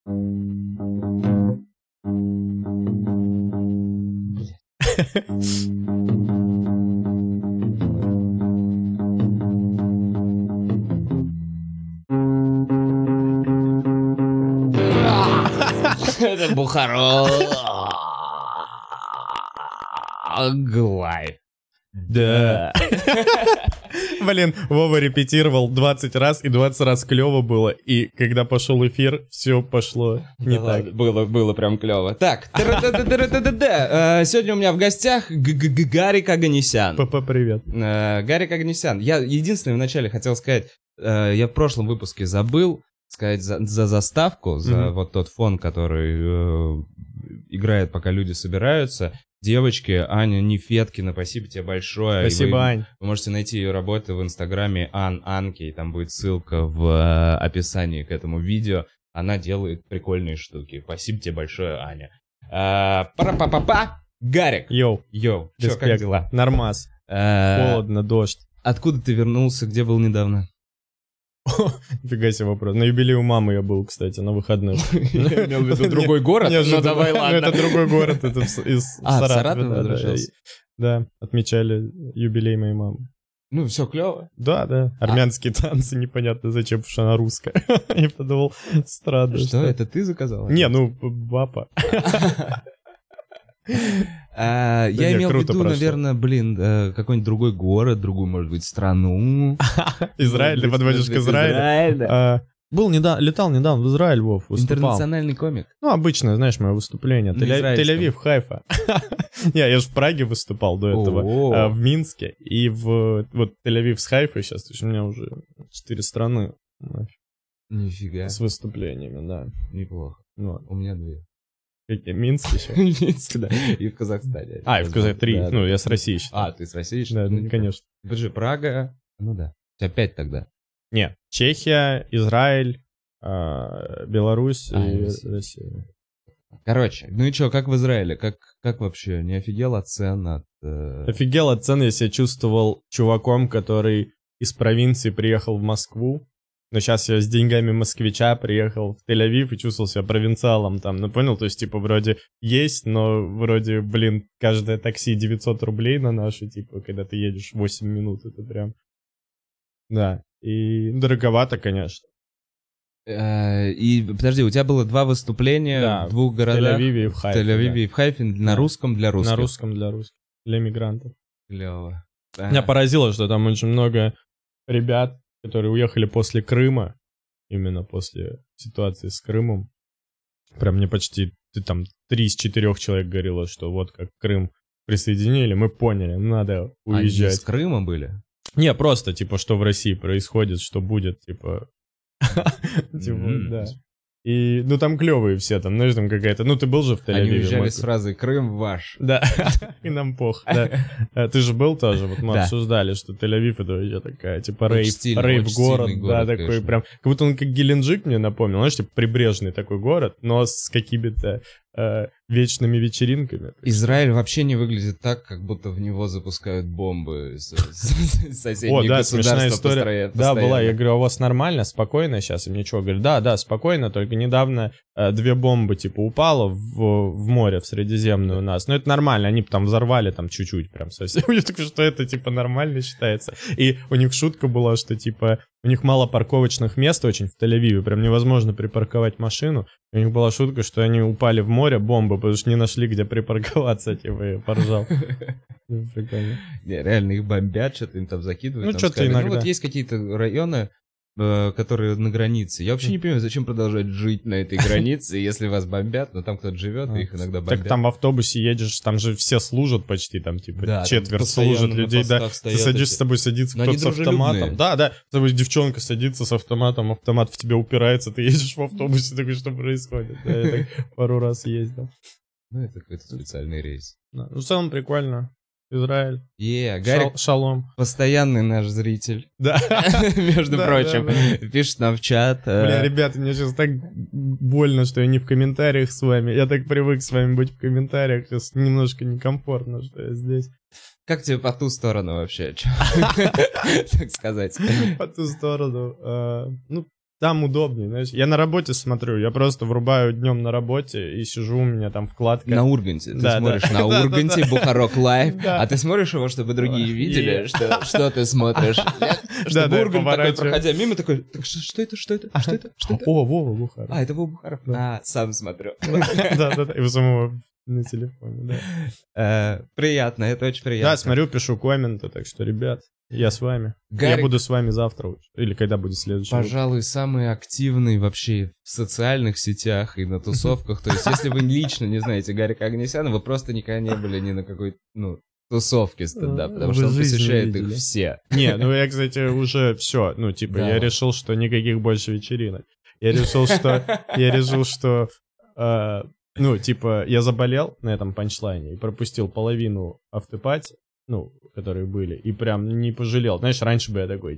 Это Бухарог лайв. Да. Блин, Вова репетировал 20 раз, и 20 раз клево было. И когда пошел эфир, все пошло не так. Было прям клево. Так, сегодня у меня в гостях Гарик Оганесян. ПП, привет. Гарик Оганесян. Я единственное вначале хотел сказать, я в прошлом выпуске забыл сказать за заставку, за вот тот фон, который играет, пока люди собираются. Девочки, Аня Нефеткина, спасибо тебе большое. Спасибо, Ань. Вы можете найти ее работы в инстаграме Анки, и там будет ссылка в описании к этому видео. Она делает прикольные штуки. Спасибо тебе большое, Аня. Пара-па-па-па! Гарик! Йоу. Чё, как дела? Нормас. Холодно, дождь. Откуда ты вернулся? Где был недавно? Нифига себе вопрос. На юбилей у мамы я был, кстати, на выходных. Я имел в виду другой город? Ну давай, ладно. Это другой город, это из Саратова возвращался? Да, отмечали юбилей моей мамы. Ну, все клево. Да. Армянские танцы, непонятно зачем, потому что она русская. Я подумал, странно. Что, это ты заказал? Не, ну, папа. Я имел в виду, наверное, какой-нибудь другой город, другую, может быть, страну. Израиль, ты подводишь к Израилю? Летал недавно в Израиль, Вов, выступал. Интернациональный комик. Ну, обычное, знаешь, мое выступление. Тель-Авив, Хайфа. Я же в Праге выступал до этого, в Минске. И вот Тель-Авив с Хайфой сейчас, то есть у меня уже 4 страны. Нифига. С выступлениями, да. Неплохо. У меня 2. Минск еще? Минск, да. И в Казахстане. И в Казахстане 3. Ну, я с России считаю. Ты с России? Да, конечно. Подожди, Прага. Ну да. У тебя 5 тогда. Нет. Чехия, Израиль, Беларусь и Россия. Короче, ну и что, как в Израиле? Как вообще? Не офигел от цен? Офигел от цен, я себя чувствовал чуваком, который из провинции приехал в Москву. Но сейчас я с деньгами москвича приехал в Тель-Авив и чувствовал себя провинциалом там. Ну, понял? То есть, типа, вроде есть, но вроде, каждое такси 900 рублей на наши, типа, когда ты едешь 8 минут, это прям... Да. И дороговато, конечно. И, подожди, у тебя было 2 выступления в 2 городах? В Тель-Авиве и в Хайфе. В Тель-Авиве и в Хайфе на русском для русских? На русском для русских. Для мигрантов. Клево. Меня поразило, что там очень много ребят, которые уехали после Крыма, именно после ситуации с Крымом. Прям мне почти там 3 из 4 человек говорило, что вот как Крым присоединили, мы поняли, надо уезжать. Они из Крыма были? Не, просто, типа, что в России происходит, что будет, типа... да. И, ну, там клевые все, там, знаешь, там какая-то... Ну, ты был же в Тель-Авиве. Они уезжали с фразой «Крым ваш». Да, и нам пох, да. Ты же был тоже, вот мы обсуждали, что Тель-Авив это вообще такая, типа, рейв-город, да, такой прям... Как будто он как Геленджик мне напомнил, знаешь, типа, прибрежный такой город, но с какими-то вечными вечеринками. Израиль вообще не выглядит так, как будто в него запускают бомбы с соседних государств. Смешная история. Да, была. Я говорю, а у вас нормально, спокойно сейчас? И мне что, говорят, да, спокойно, только недавно 2 бомбы, типа, упало в море, в Средиземное у нас. Но это нормально, они там взорвали там чуть-чуть прям совсем. Я такой, что это, типа, нормально считается. И у них шутка была, что, типа, у них мало парковочных мест очень в Тель-Авиве, прям невозможно припарковать машину. У них была шутка, что они упали в море, бомбы, потому что не нашли, где припарковаться, типа, я поржал. Прикольно. Не, реально, их бомбят, что-то им там закидывают. Ну, что-то иногда. Ну, вот есть какие-то районы, которые на границе. Я вообще не понимаю, зачем продолжать жить на этой границе, если вас бомбят, но там кто-то живет, и их иногда бомбят. Так там в автобусе едешь, там же все служат почти, там типа четверть служат людей, да. Ты садишься, с тобой садится кто-то с автоматом. Да, с тобой девчонка садится с автоматом, автомат в тебя упирается, ты едешь в автобусе, такой, что происходит? Да, я так пару раз ездил. Ну, это какой-то специальный рейс. Ну, в целом прикольно. Израиль. Гарик, шалом. Постоянный наш зритель. Да. Между прочим. Пишет нам в чат. Бля, ребята, мне сейчас так больно, что я не в комментариях с вами. Я так привык с вами быть в комментариях. Сейчас немножко некомфортно, что я здесь. Как тебе по ту сторону вообще? Так сказать. По ту сторону. Ну, Там удобнее, знаешь. Я на работе смотрю, я просто врубаю днем на работе и сижу, у меня там вкладка. На Урганте. Ты смотришь на Урганте, Бухарок Лайв, а ты смотришь его, чтобы другие видели, что ты смотришь. Чтобы Ургант такой, проходя мимо, такой, что это? О, Вова Бухаров. А, это Вова Бухаров? А, сам смотрю. Да, и у самого на телефоне, да. Приятно, это очень приятно. Да, смотрю, пишу комменты, так что, ребят, я с вами. Я буду с вами завтра или когда будет следующий. Пожалуй, самый активный вообще в социальных сетях и на тусовках. То есть, если вы лично не знаете Гарика Оганесяна, вы просто никогда не были ни на какой, тусовке стендап, потому что он посещает их все. Не, я, кстати, уже все. Я решил, что никаких больше вечеринок. Я решил, что я заболел на этом панчлайне и пропустил половину автопати, которые были, и прям не пожалел. Знаешь, раньше бы я такой,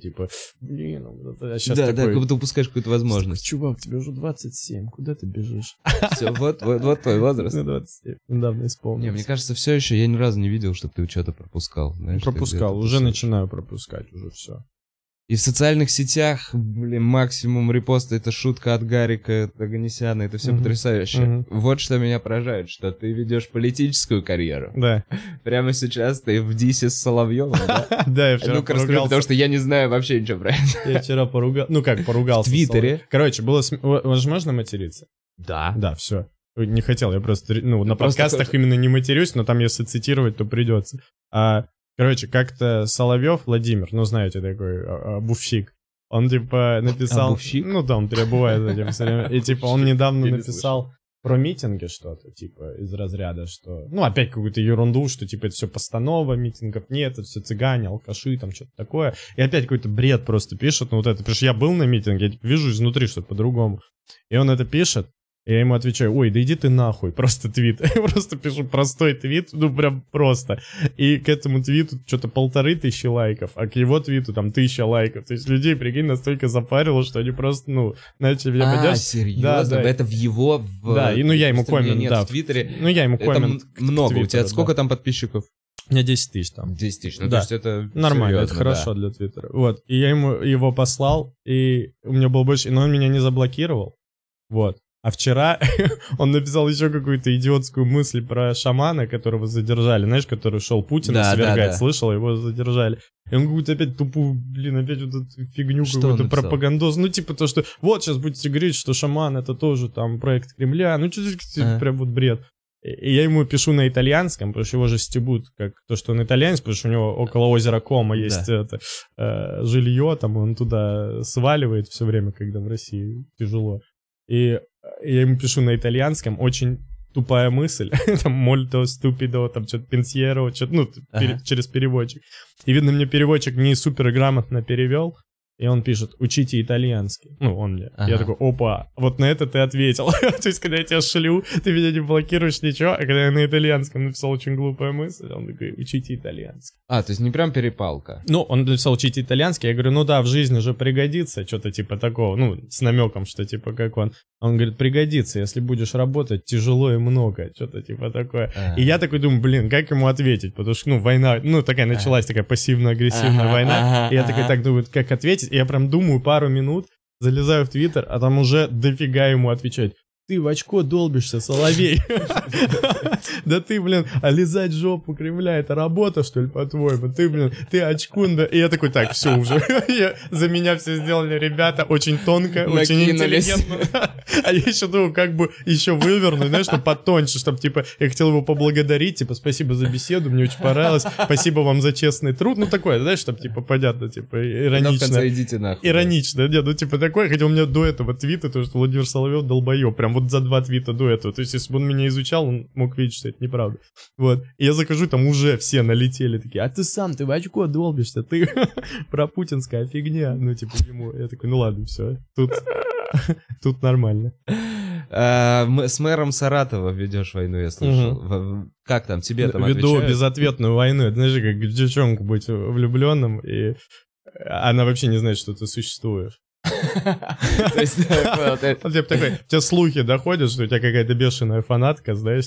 а сейчас да, такой... Да, как будто упускаешь какую-то возможность. Чувак, тебе уже 27, куда ты бежишь? Все, вот твой возраст. 27, недавно исполнился. Не, мне кажется, все еще я ни разу не видел, чтобы ты что-то пропускал. Знаешь, пропускал, уже начинаю пропускать, уже все. И в социальных сетях, максимум репоста — это шутка от Гарика Оганесяна, это все потрясающе. Вот что меня поражает, что ты ведешь политическую карьеру. Да. Прямо сейчас ты в дисе с Соловьевым, да? Да, я вчера поругался. Потому что я не знаю вообще ничего про это. Я вчера поругался. В Твиттере. Короче, было... Можно материться? Да. Да, все. Не хотел, я просто... на подкастах именно не матерюсь, но там если цитировать, то придется. Короче, как-то Соловьев Владимир, знаете, такой обувщик, он, написал... Обувщик? Он перебывает этим все время. И, он недавно написал про митинги что-то, из разряда, что... опять какую-то ерунду, что, это все постанова, митингов нет, это все цыгане, алкаши, там, что-то такое. И опять какой-то бред просто пишет, потому что я был на митинге, я вижу изнутри что-то по-другому. И он это пишет, я ему отвечаю: ой, да иди ты нахуй, просто твит. Я просто пишу простой твит, прям просто. И к этому твиту что-то 1500 лайков, а к его твиту там 1000 лайков. То есть людей, прикинь, настолько запарило, что они просто, начали меня поддерживать. Серьезно? Да. Это в его... Да, и я ему коммент, да. в Твиттере. Я ему коммент. Это много. У тебя сколько там подписчиков? У меня 10 тысяч там. 10 тысяч, то есть это нормально, серьезно, это хорошо для Твиттера. Вот, и я ему его послал, и у меня было больше... Но он меня не заблокировал, вот. А вчера он написал еще какую-то идиотскую мысль про шамана, которого задержали, знаешь, который шел Путина свергать, слышал, его задержали. И он какую-то опять тупую, опять вот эту фигню, какую-то пропагандоз. То, что вот сейчас будете говорить, что шаман это тоже там проект Кремля, что-то прям вот бред. И я ему пишу на итальянском, потому что его же стебут, как то, что он итальянец, потому что у него около озера Кома есть жилье, там он туда сваливает все время, когда в России тяжело. И я ему пишу на итальянском, очень тупая мысль, там, мольто, ступидо, там, что-то пенсьеро, что-то, через переводчик. И, видно, мне переводчик не супер грамотно перевел, и он пишет: учите итальянский. Он мне. Я такой: опа, вот на это ты ответил. То есть, когда я тебя шлю, ты меня не блокируешь, ничего, а когда я на итальянском написал очень глупая мысль, он такой: учите итальянский. То есть не прям перепалка. Он написал: учите итальянский. Я говорю: в жизни же пригодится, что-то типа такого, с намеком, что типа как он. Он говорит: пригодится, если будешь работать тяжело и много, что-то типа такое. И я такой думаю: как ему ответить, потому что, война, такая началась, такая пассивно-агрессивная война. И я такой так думаю, как ответить. И я прям думаю пару минут, залезаю в Твиттер, а там уже дофига ему отвечать: ты в очко долбишься, Соловей. Да ты, а лизать жопу Кремля — это работа, что ли, по-твоему? Ты очкун, да? И я такой: так, все уже. За меня все сделали ребята очень тонко, очень интеллигентно. А я еще думаю, как бы еще вывернуть, знаешь, потоньше, чтобы, я хотел его поблагодарить, спасибо за беседу, мне очень понравилось, спасибо вам за честный труд. Такое, знаешь, чтобы, понятно, иронично. В конце идите нахуй. Иронично, такое, хотя у меня до этого твита, то, что Владимир Соловьев долбоёб, прям вот за 2 твита до этого. То есть, если бы он меня изучал, он мог видеть, что это неправда. Вот. И я захожу, там уже все налетели такие: а ты в очко долбишься, ты про путинская фигня. Ему. Я такой: ладно, все. Тут нормально. С мэром Саратова ведешь войну, я слышал. Как там, тебе там отвечают? Веду безответную войну. Это, знаешь, как в девчонку быть влюбленным, и она вообще не знает, что ты существуешь. То есть, у тебя слухи доходят, что у тебя какая-то бешеная фанатка, знаешь,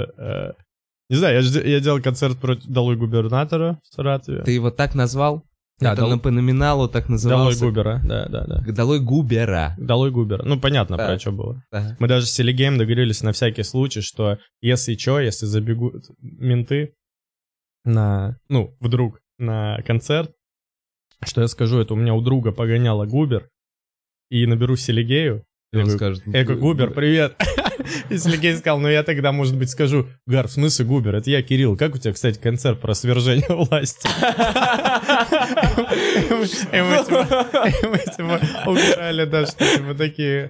не знаю, я делал концерт про долой губернатора в Саратове. Ты его так назвал? Да, это по номиналу так назывался. Долой Губера, да. Долой Губера. Долой Губера. Ну, понятно, про что было. Да. Мы даже с Селигеем договорились на всякий случай, что если забегут менты вдруг на концерт, что я скажу, это у меня у друга погоняла Губер, и наберу Селигею. И он скажет... Губер, привет. И Сергей сказал, я тогда, может быть, скажу: Гар, в смысле Губер? Это я, Кирилл. Как у тебя, кстати, концерт про свержение власти? И мы типа угорали, да, что типа такие...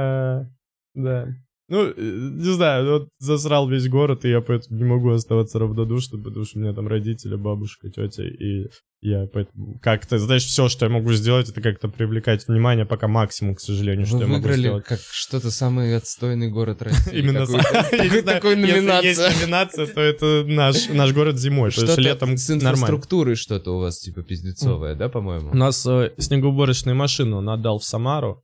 Да. Ну, не знаю, вот засрал весь город, и я поэтому не могу оставаться равнодушным, потому что у меня там родители, бабушка, тетя, и я поэтому как-то, знаешь, все, что я могу сделать, это как-то привлекать внимание, пока максимум, к сожалению, что я могу сделать. Вы выиграли как что-то самый отстойный город России. Именно такой номинация. Если есть номинация, то это наш город зимой, потому что летом нормально. С инфраструктурой что-то у вас, типа, пиздецовое, да, по-моему? У нас снегоуборочную машину он отдал в Самару,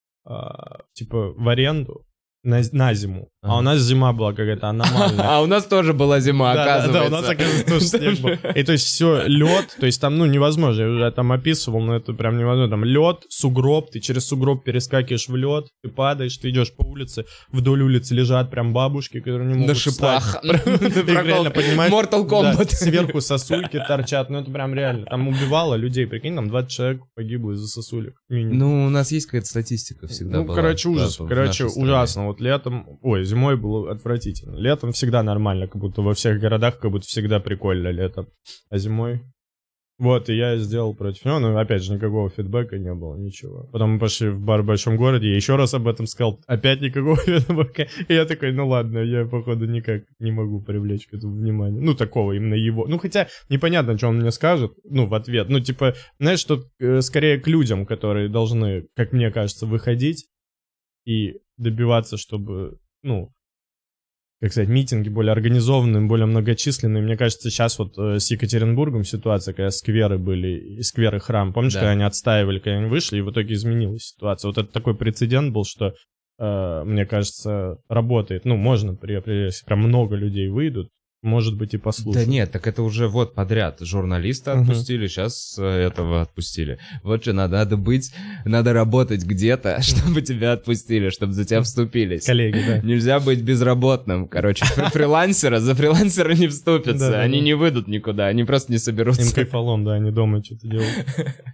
типа, в аренду. На зиму. А у нас зима была какая-то аномальная. А у нас тоже была зима, оказывается. Да, у нас, оказывается, тоже снег был. И то есть все, лед, то есть там, невозможно. Я уже там описывал, но это прям невозможно. Там лед, сугроб, ты через сугроб перескакиваешь в лед, ты падаешь, ты идешь по улице, вдоль улицы лежат прям бабушки, которые не могут встать. На шипах. Реально, понимаешь? Mortal Kombat. Сверху сосульки торчат, это прям реально. Там убивало людей, прикинь, там 20 человек погибло из-за сосулек. Ну, у нас есть какая-то статистика всегда была. Короче, ужас. Короче, ужасно. Вот летом, зимой было отвратительно. Летом всегда нормально, как будто во всех городах, как будто всегда прикольно летом. А зимой... Вот, и я сделал против него, но опять же никакого фидбэка не было, ничего. Потом мы пошли в бар в большом городе, я еще раз об этом сказал, опять никакого фидбэка. И я такой, ладно, я, походу, никак не могу привлечь к этому внимание. Такого именно его. Хотя непонятно, что он мне скажет, в ответ. Типа, знаешь, что скорее к людям, которые должны, как мне кажется, выходить и добиваться, чтобы, как сказать, митинги более организованные, более многочисленные. Мне кажется, сейчас вот с Екатеринбургом ситуация, когда скверы были, и скверы храм, помнишь, когда они отстаивали, когда они вышли, и в итоге изменилась ситуация. Вот это такой прецедент был, что, мне кажется, работает. Можно, если прям много людей выйдут, может быть, и послушать. Да нет, так это уже вот подряд. Журналиста отпустили, сейчас этого отпустили. Вот что надо быть, надо работать где-то, чтобы тебя отпустили, чтобы за тебя вступились. Коллеги, да. Нельзя быть безработным. Короче, за фрилансера не вступятся, они не выйдут никуда, они просто не соберутся. Им кайфолом, да, они дома что-то делают.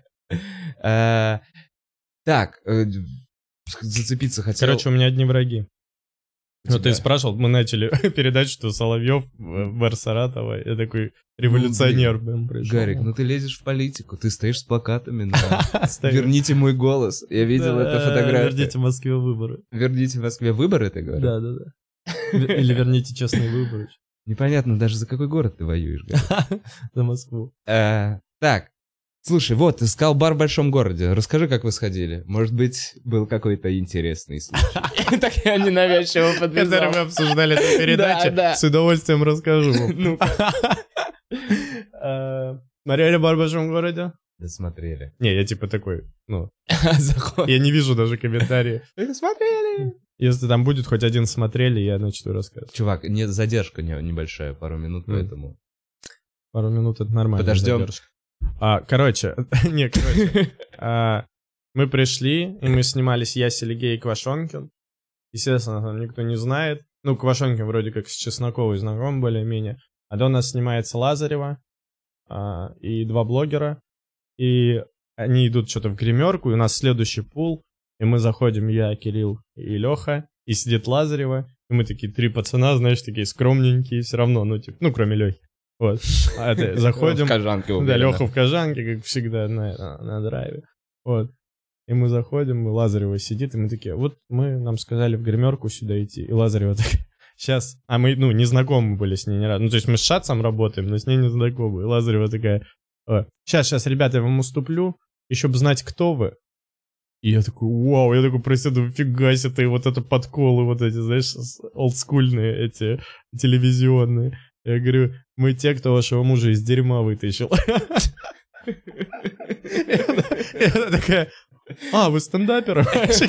Так, зацепиться хотел. Короче, у меня одни враги. Ты спрашивал, мы начали передачу, что Соловьев, мэр Саратова, я такой революционер пришел. Гарик, ты лезешь в политику, ты стоишь с плакатами «Верните мой голос». Я видел эту фотографию. Верните Москве выборы. Верните Москве выборы, ты говоришь? Да. Или верните честные выборы. Непонятно даже, за какой город ты воюешь, Гарик. За Москву. Так. Слушай, вот, искал бар в большом городе. Расскажи, как вы сходили. Может быть, был какой-то интересный случай. Так я ненавязчиво подвязал. Который мы обсуждали эту передачу. С удовольствием расскажу вам. Смотрели бар в большом городе? Да смотрели. Не, я типа такой, я не вижу даже комментарии. Смотрели. Если там будет хоть один смотрели, я начну рассказывать. Чувак, задержка небольшая, пару минут, поэтому... Пару минут — это нормально. Подождем. Короче, мы пришли, и мы снимались я, Селигей и Квашонкин. Естественно, там никто не знает. Квашонкин вроде как с Чесноковой знаком более-менее. А до нас снимается Лазарева и 2 блогера. И они идут что-то в гримерку, и у нас следующий пул. И мы заходим, я, Кирилл и Леха, и сидит Лазарева. И мы такие 3 пацана, знаешь, такие скромненькие все равно, кроме Лехи. Вот. Заходим. В кожанке. Да, Леха в кожанке, как всегда, на драйве. Вот. И мы заходим, и Лазарева сидит, и мы такие, вот нам сказали в гримерку сюда идти. И Лазарева такая, сейчас. А мы, не знакомы были с ней ни разу. То есть мы с Шацем работаем, но с ней не знакомы. И Лазарева такая, сейчас, ребята, я вам уступлю, еще бы знать, кто вы. И я такой, вау, я такой, прости, фига себе ты, вот это подколы, вот эти, знаешь, олдскульные эти, телевизионные. Я говорю, мы те, кто вашего мужа из дерьма вытащил. И она такая, вы стендапер?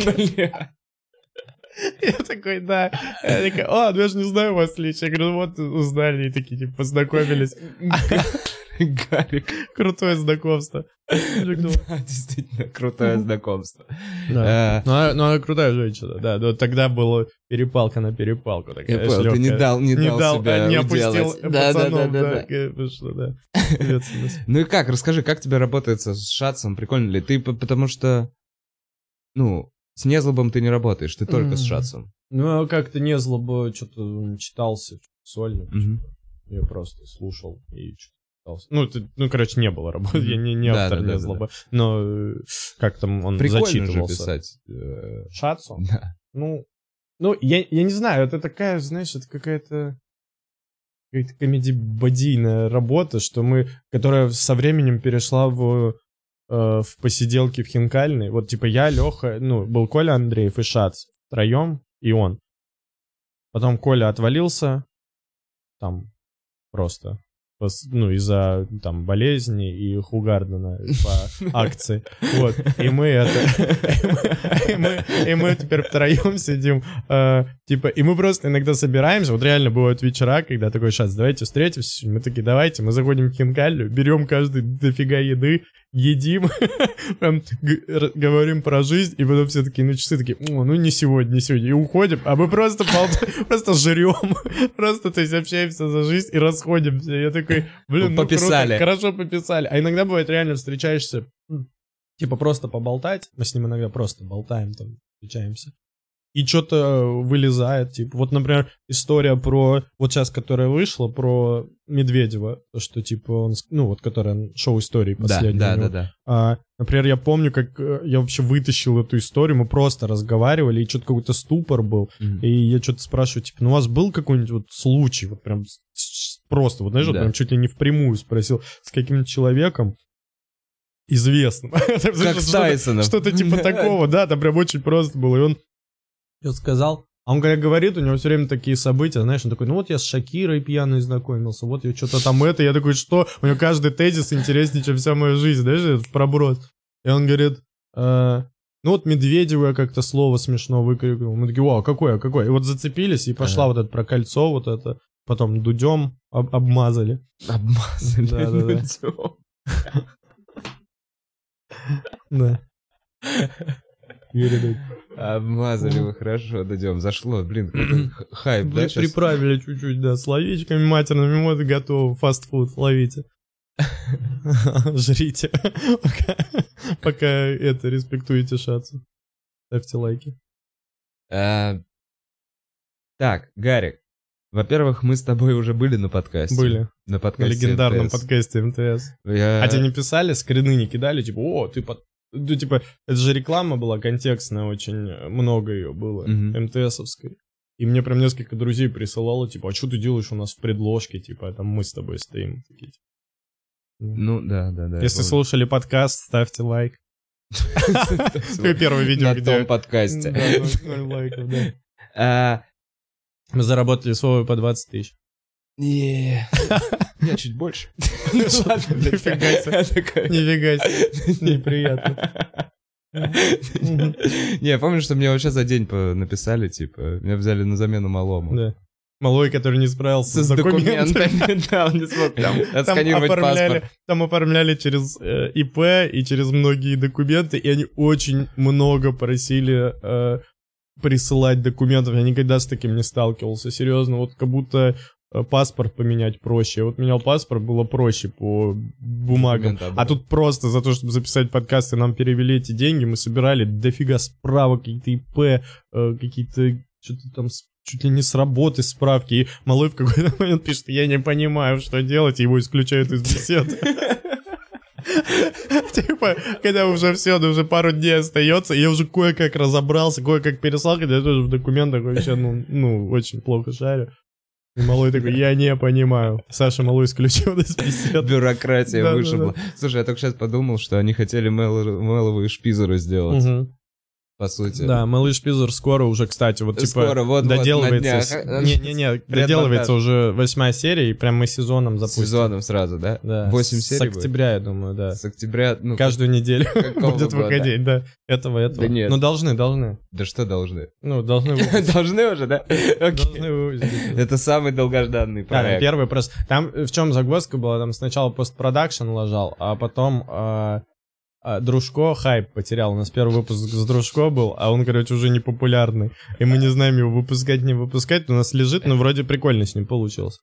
Я такой, да. Я такая, я же не знаю вас лично. Я говорю, вот узнали, и такие, познакомились. Гарик. Крутое знакомство. Да, действительно, крутое знакомство. Да. Ну, она крутая женщина, да. Вот тогда была перепалка на перепалку. Я понял, ты не дал себя не опустил пацанов. Да. Ну и как, расскажи, как тебе работается с Шатсом, прикольно ли? Ты, потому что, с Незлобом ты не работаешь, ты только с Шатсом. Ну, как-то Незлоба что-то читался сольно. Я просто слушал и что-то читался. Короче, не было работы, я не автор Незлоба. Но как там он зачитывался. Прикольно же писать. Шатсу? Да. Я не знаю, это такая, знаешь, это какая-то комедий-бодийная работа, которая со временем перешла в посиделки в Хинкальной. Вот, типа, я, Леха, был Коля Андреев и Шац втроем, и он. Потом Коля отвалился, там, просто, из-за, там, болезни и Хугардена по акции. Вот, и мы теперь втроем сидим, типа, и мы просто иногда собираемся, вот реально бывают вечера, когда такой: Шац, давайте встретимся, мы такие: давайте, мы заходим в Хинкальную, берем каждый дофига еды, едим, прям говорим про жизнь, и потом все такие на часы такие: не сегодня, и уходим, а мы просто жрем, просто, то есть, общаемся за жизнь и расходимся. Я такой: пописали. Круто, хорошо пописали. А иногда бывает, реально встречаешься, типа, просто поболтать, мы с ним иногда просто болтаем, там, встречаемся, и что-то вылезает, типа, вот, например, история про, вот сейчас, которая вышла, про Медведева, то, что, типа, он, которая шоу истории последняя. Да. Например, я помню, как я вообще вытащил эту историю, мы просто разговаривали, и что-то какой-то ступор был, и я что-то спрашиваю, типа, у вас был какой-нибудь вот случай, вот прям просто, вот, знаешь, вот прям чуть ли не впрямую спросил, с каким-то человеком известным. Как с Тайсоном. Что-то типа такого, да, там прям очень просто было, и он что сказал, а он говорит, у него все время такие события, знаешь, он такой: вот я с Шакирой пьяной знакомился, вот я что-то там я такой: что? У него каждый тезис интереснее, чем вся моя жизнь, знаешь, это проброс. И он говорит: вот Медведеву я как-то слово смешно выкрикнул. Мы такие: вау, какое? И вот зацепились, и пошла вот это про кольцо, вот это, потом Дудем обмазали. Обмазали Дудем. Да. Обмазали вы, хорошо, Дудем. Зашло, блин, хайп, да, сейчас? Приправили чуть-чуть, да, словечками матерными, вот и готово, фастфуд, ловите. Жрите. Пока респектуете Шатсу. Ставьте лайки. Так, Гарик, во-первых, мы с тобой уже были на подкасте. Были. На подкасте легендарном МТС. Подкасте МТС. А тебе не писали, скрины не кидали, типа: типа, это же реклама была контекстная, очень много ее было, МТСовской. И мне прям несколько друзей присылало, типа: а что ты делаешь у нас в предложке, типа, там мы с тобой стоим. Такие, типа. Да. Если слушали подкаст, ставьте лайк. Первое видео, где... На том подкасте. Да, 0 лайков, да. Мы заработали с Вовой по 20 тысяч. Я чуть больше. Нифига себе. Неприятно. Не, я помню, что мне вообще за день написали, типа, меня взяли на замену малому. Да. Малой, который не справился с документами. Да, он не смог там отсканировать паспорт. Там оформляли через ИП и через многие документы, и они очень много просили присылать документов. Я никогда с таким не сталкивался, серьезно. Вот как будто паспорт поменять проще. Я вот менял паспорт, было проще по бумагам. А тут просто за то, чтобы записать подкаст, и нам перевели эти деньги, мы собирали дофига справок, какие-то ИП, какие-то что-то там чуть ли не с работы справки. И Малой в какой-то момент пишет: я не понимаю, что делать, и его исключают из беседы. Типа, когда уже все, уже пару дней остается, я уже кое-как разобрался, кое-как переслал, хотя я тоже в документах вообще, очень плохо шарю. И Малой такой: я не понимаю. Саша Малой исключил из беседы. Бюрократия вышибла. Слушай, я только сейчас подумал, что они хотели Мэлову и Шпизеру сделать. по сути. Да, «Малыш Пизер» скоро уже, кстати, вот типа скоро, вот, доделывается. Не, доделывается уже 8-я серия, и прям мы сезоном запустим. Сезоном сразу, да? Да. 8 серий с октября, я думаю, да. С октября, ну... Каждую неделю будет выходить, да. Этого. Да нет. Ну, должны. Да что должны? Ну, должны выпустить. Должны уже, да? Должны выпустить. Это самый долгожданный проект. Да, первый просто... Там в чем загвоздка была? Там сначала постпродакшн ложал, а потом... Дружко хайп потерял. У нас первый выпуск с Дружко был, а он, короче, уже не популярный. И мы не знаем его выпускать, не выпускать. У нас лежит, но вроде прикольно с ним получилось.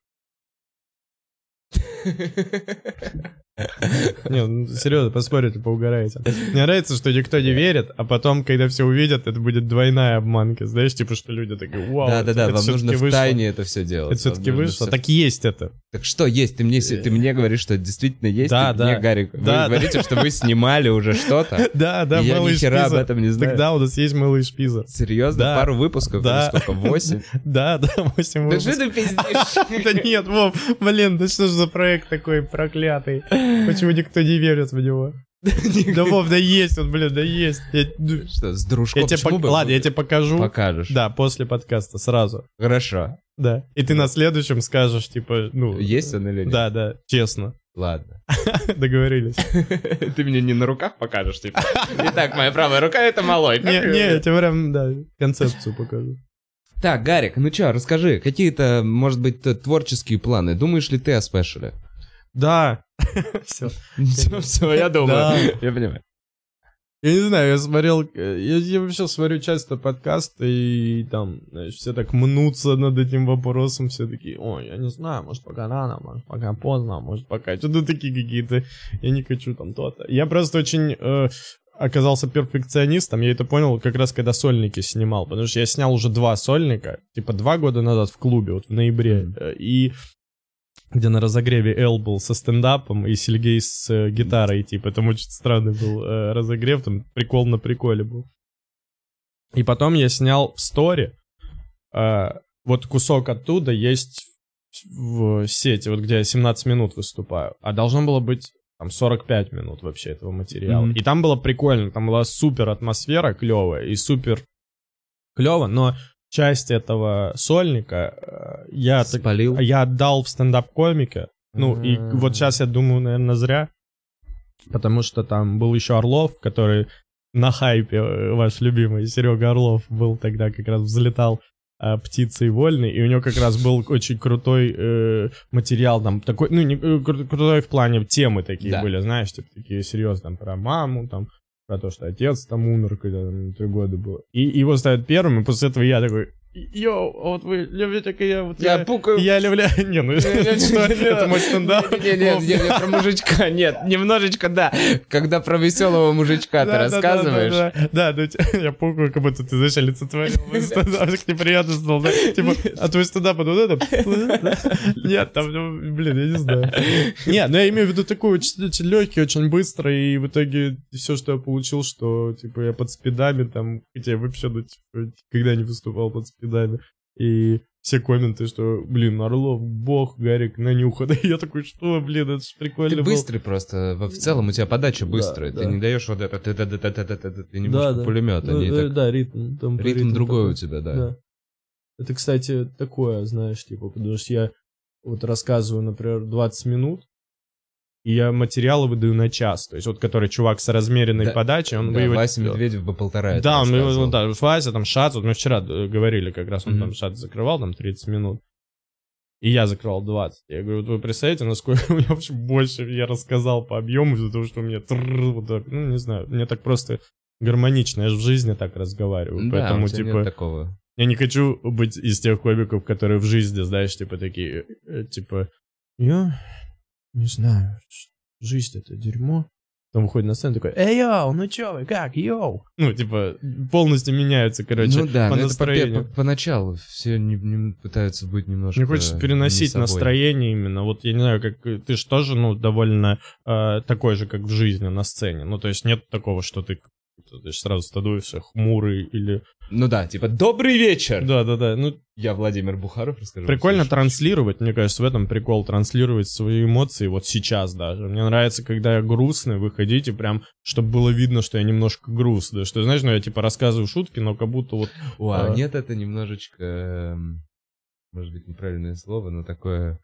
Не, серьезно, поспорите, поугараете. Мне нравится, что никто не верит, а потом, когда все увидят, это будет двойная обманка. Знаешь, типа, что люди такие, вау, да, вам нужно в тайне это все делать. Это все-таки вышло. Так есть это. Так что есть? Ты мне говоришь, что это действительно есть? Да, да. Мне, Гарик, вы говорите, что вы снимали уже что-то? Да, я ни хера об этом не знаю. Тогда у нас есть «Малыш Пизер». Серьезно? Пару выпусков? Или сколько? 8? Да, 8 выпусков. Да что ты пиздишь? Да нет, Вов, блин, да что ж за проект такой проклятый? Почему никто не верит в него? Да, Вов, да есть он, блин, да есть. Что, с Дружком? Ладно, я тебе покажу. Покажешь. Да, после подкаста, сразу. Хорошо. Да. И ты на следующем скажешь, типа, ну... Есть он или нет? Да, честно. Ладно. Договорились. Ты мне не на руках покажешь, типа. Итак, моя правая рука — это малой. Не, я тебе прям, да, концепцию покажу. Так, Гарик, ну чё, расскажи, какие-то, может быть, творческие планы? Думаешь ли ты о спешале? Да. Все, я думаю. Я понимаю. Я не знаю, я смотрел... Я вообще смотрю часто подкасты, и там, знаешь, все так мнутся над этим вопросом, все такие, ой, я не знаю, может, пока рано, может, пока поздно, может, пока... Что-то такие какие-то, я не хочу там то-то. Я просто очень... оказался перфекционистом, я это понял как раз, когда сольники снимал, потому что я снял уже 2 сольника, типа 2 года назад в клубе, вот в ноябре, и где на разогреве Эл был со стендапом и Сергей с гитарой, типа, там очень странный был разогрев, там прикол на приколе был. И потом я снял в сторе, вот кусок оттуда есть в сети, вот где я 17 минут выступаю, а должно было быть там 45 минут вообще этого материала. И там было прикольно, там была супер атмосфера клевая и супер клево, но часть этого сольника я отдал в стендап-комике. Ну, и вот сейчас я думаю, наверное, зря, потому что там был еще Орлов, который на хайпе, ваш любимый Серега Орлов, был тогда, как раз взлетал «Птицей вольной», и у него как раз был очень крутой материал, там, такой, ну, не, крутой в плане темы такие были, знаешь, типа, такие серьезные, там, про маму, там, про то, что отец там умер, когда там 3 года было. И его ставят первым, и после этого я такой, йоу, вот вы любите, как я... Вот я пукаю. Я люблю... Не, ну что, это мой стендап. Не, про мужичка, нет, немножечко, да. Когда про веселого мужичка ты рассказываешь. Да, я пукаю, как будто ты, знаешь, олицетворил мой стендап, так неприятно стало, да? Типа, а твой стендап, вот это... Нет, там, блин, я не знаю. Нет, ну я имею в виду такой очень легкий, очень быстрый, и в итоге все, что я получил, что, типа, я под спидами, там, хотя я вообще, ну, типа, никогда не выступал под спидами. И все комменты, что, блин, Орлов, бог, Гарик, нанюха. Да я такой, что, блин, это ж прикольно. Ты быстрый просто, в целом у тебя подача быстрая. Ты не даешь вот это, ты немножко пулемет. Да, ритм другой у тебя, да. Это, кстати, такое, знаешь, типа, потому что я вот рассказываю, например, 20 минут, и я материалы выдаю на час. То есть вот, который чувак с размеренной подачей, он бы его... Вася Медведев бы 1,5. Да, он его, да, Вася, там, Шац, вот мы вчера говорили, как раз он там Шац закрывал, там, 30 минут. И я закрывал 20. Я говорю, вот вы представляете, насколько у меня вообще больше я рассказал по объему, из-за того, что у меня вот так, ну, не знаю, мне так просто гармонично, я же в жизни так разговариваю, да, поэтому, у тебя типа... нет такого. Я не хочу быть из тех комиков, которые в жизни, знаешь, типа, такие, типа, я... Не знаю, жизнь это дерьмо. Потом выходит на сцену такой, эй, йоу, ну чё вы, как, йоу? Ну, типа, полностью меняются, короче, ну, да, по настроению. Это поначалу все не пытаются быть немножко... Мне хочется переносить настроение именно. Вот я не знаю, как ты же тоже, ну, довольно такой же, как в жизни, на сцене. Ну, то есть нет такого, что ты Ты сразу становишься хмурый или... Ну да, типа «Добрый вечер!» Да. Ну, я Владимир Бухаров, расскажу. Прикольно транслировать, мне кажется, в этом прикол, транслировать свои эмоции вот сейчас даже. Мне нравится, когда я грустный, выходить и прям, чтобы было видно, что я немножко грустный. Что, знаешь, ну я типа рассказываю шутки, но как будто вот... Нет, это немножечко, может быть, неправильное слово, но такое...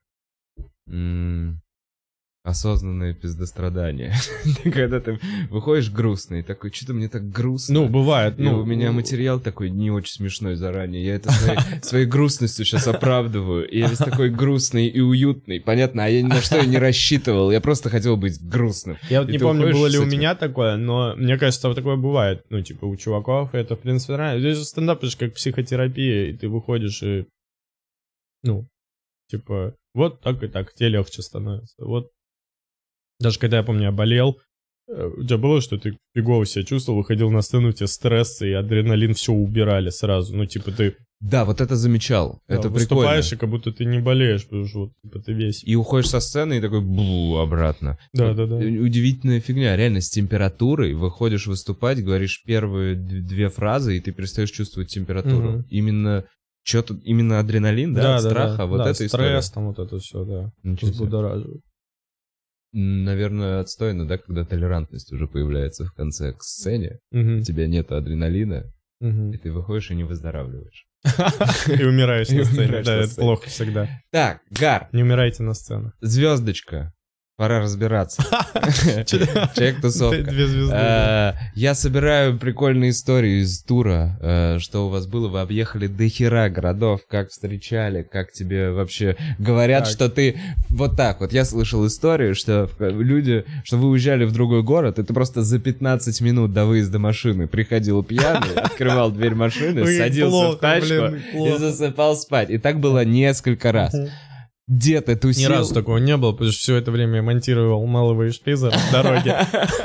осознанное пиздострадание. Когда ты выходишь грустный, такой, что-то мне так грустно. Ну, бывает. И у меня материал такой не очень смешной заранее. Я это своей грустностью сейчас оправдываю. И я весь такой грустный и уютный. Понятно, а я ни на что и не рассчитывал. Я просто хотел быть грустным. Я вот не помню, было ли у меня такое, но мне кажется, вот такое бывает. Ну, типа, у чуваков это, в принципе, нравится. Здесь же стендап, это же как психотерапия, и ты выходишь и... Ну, типа, вот так и так, тебе легче становится. Вот. Даже когда, я помню, я болел, у тебя было, что ты фигово себя чувствовал, выходил на сцену, у тебя стресс и адреналин все убирали сразу. Ну, типа ты... Да, вот это замечал. Да, это прикольно. Выступаешь, и как будто ты не болеешь, потому что вот, типа, ты весь. И уходишь со сцены и такой обратно. Да. Удивительная фигня. Реально, с температурой выходишь выступать, говоришь первые 2 фразы, и ты перестаешь чувствовать температуру. Именно адреналин, да, от страха, да, вот да, эта история. Стресс, там вот это все, да. Взбудораживает. Наверное, отстойно, да, когда толерантность уже появляется в конце к сцене, у тебя нет адреналина, и ты выходишь и не выздоравливаешь. И умираешь на сцене, да, это плохо всегда. Так, Гар. Не умирайте на сцене. Звездочка. Пора разбираться. Человек-тусовка. 2 звезды. Я собираю прикольные истории из тура. Что у вас было? Вы объехали дохера городов. Как встречали? Как тебе вообще говорят, что ты... Вот так вот. Я слышал историю, что люди... Что вы уезжали в другой город, и ты просто за 15 минут до выезда машины приходил пьяный, открывал дверь машины, садился в тачку и засыпал спать. И так было несколько раз. Где ты тусил? Ни разу такого не было, потому что все это время я монтировал малого шпиза в дороге.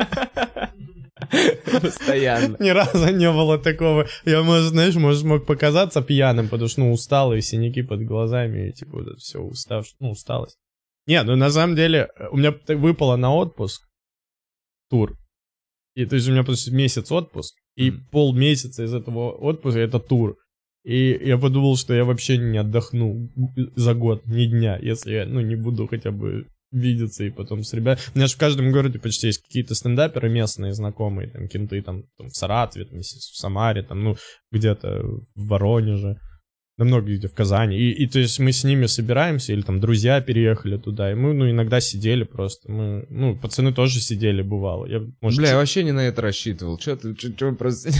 Постоянно. Ни разу не было такого. Я, может, мог показаться пьяным, потому что, устал, и синяки под глазами, и, типа, вот это все, усталость. Не, на самом деле, у меня выпало на отпуск тур. И, то есть, у меня просто месяц отпуск, и полмесяца из этого отпуска это тур. И я подумал, что я вообще не отдохну за год, ни дня, если я, не буду хотя бы видеться и потом с ребятами. У меня же в каждом городе почти есть какие-то стендаперы местные, знакомые, там, кенты, там в Саратове, там, в Самаре, там, где-то в Воронеже. Да много где в Казани. И то есть мы с ними собираемся, или там друзья переехали туда, и мы, иногда сидели просто. Мы, пацаны тоже сидели, бывало. Я вообще не на это рассчитывал. Чё просто...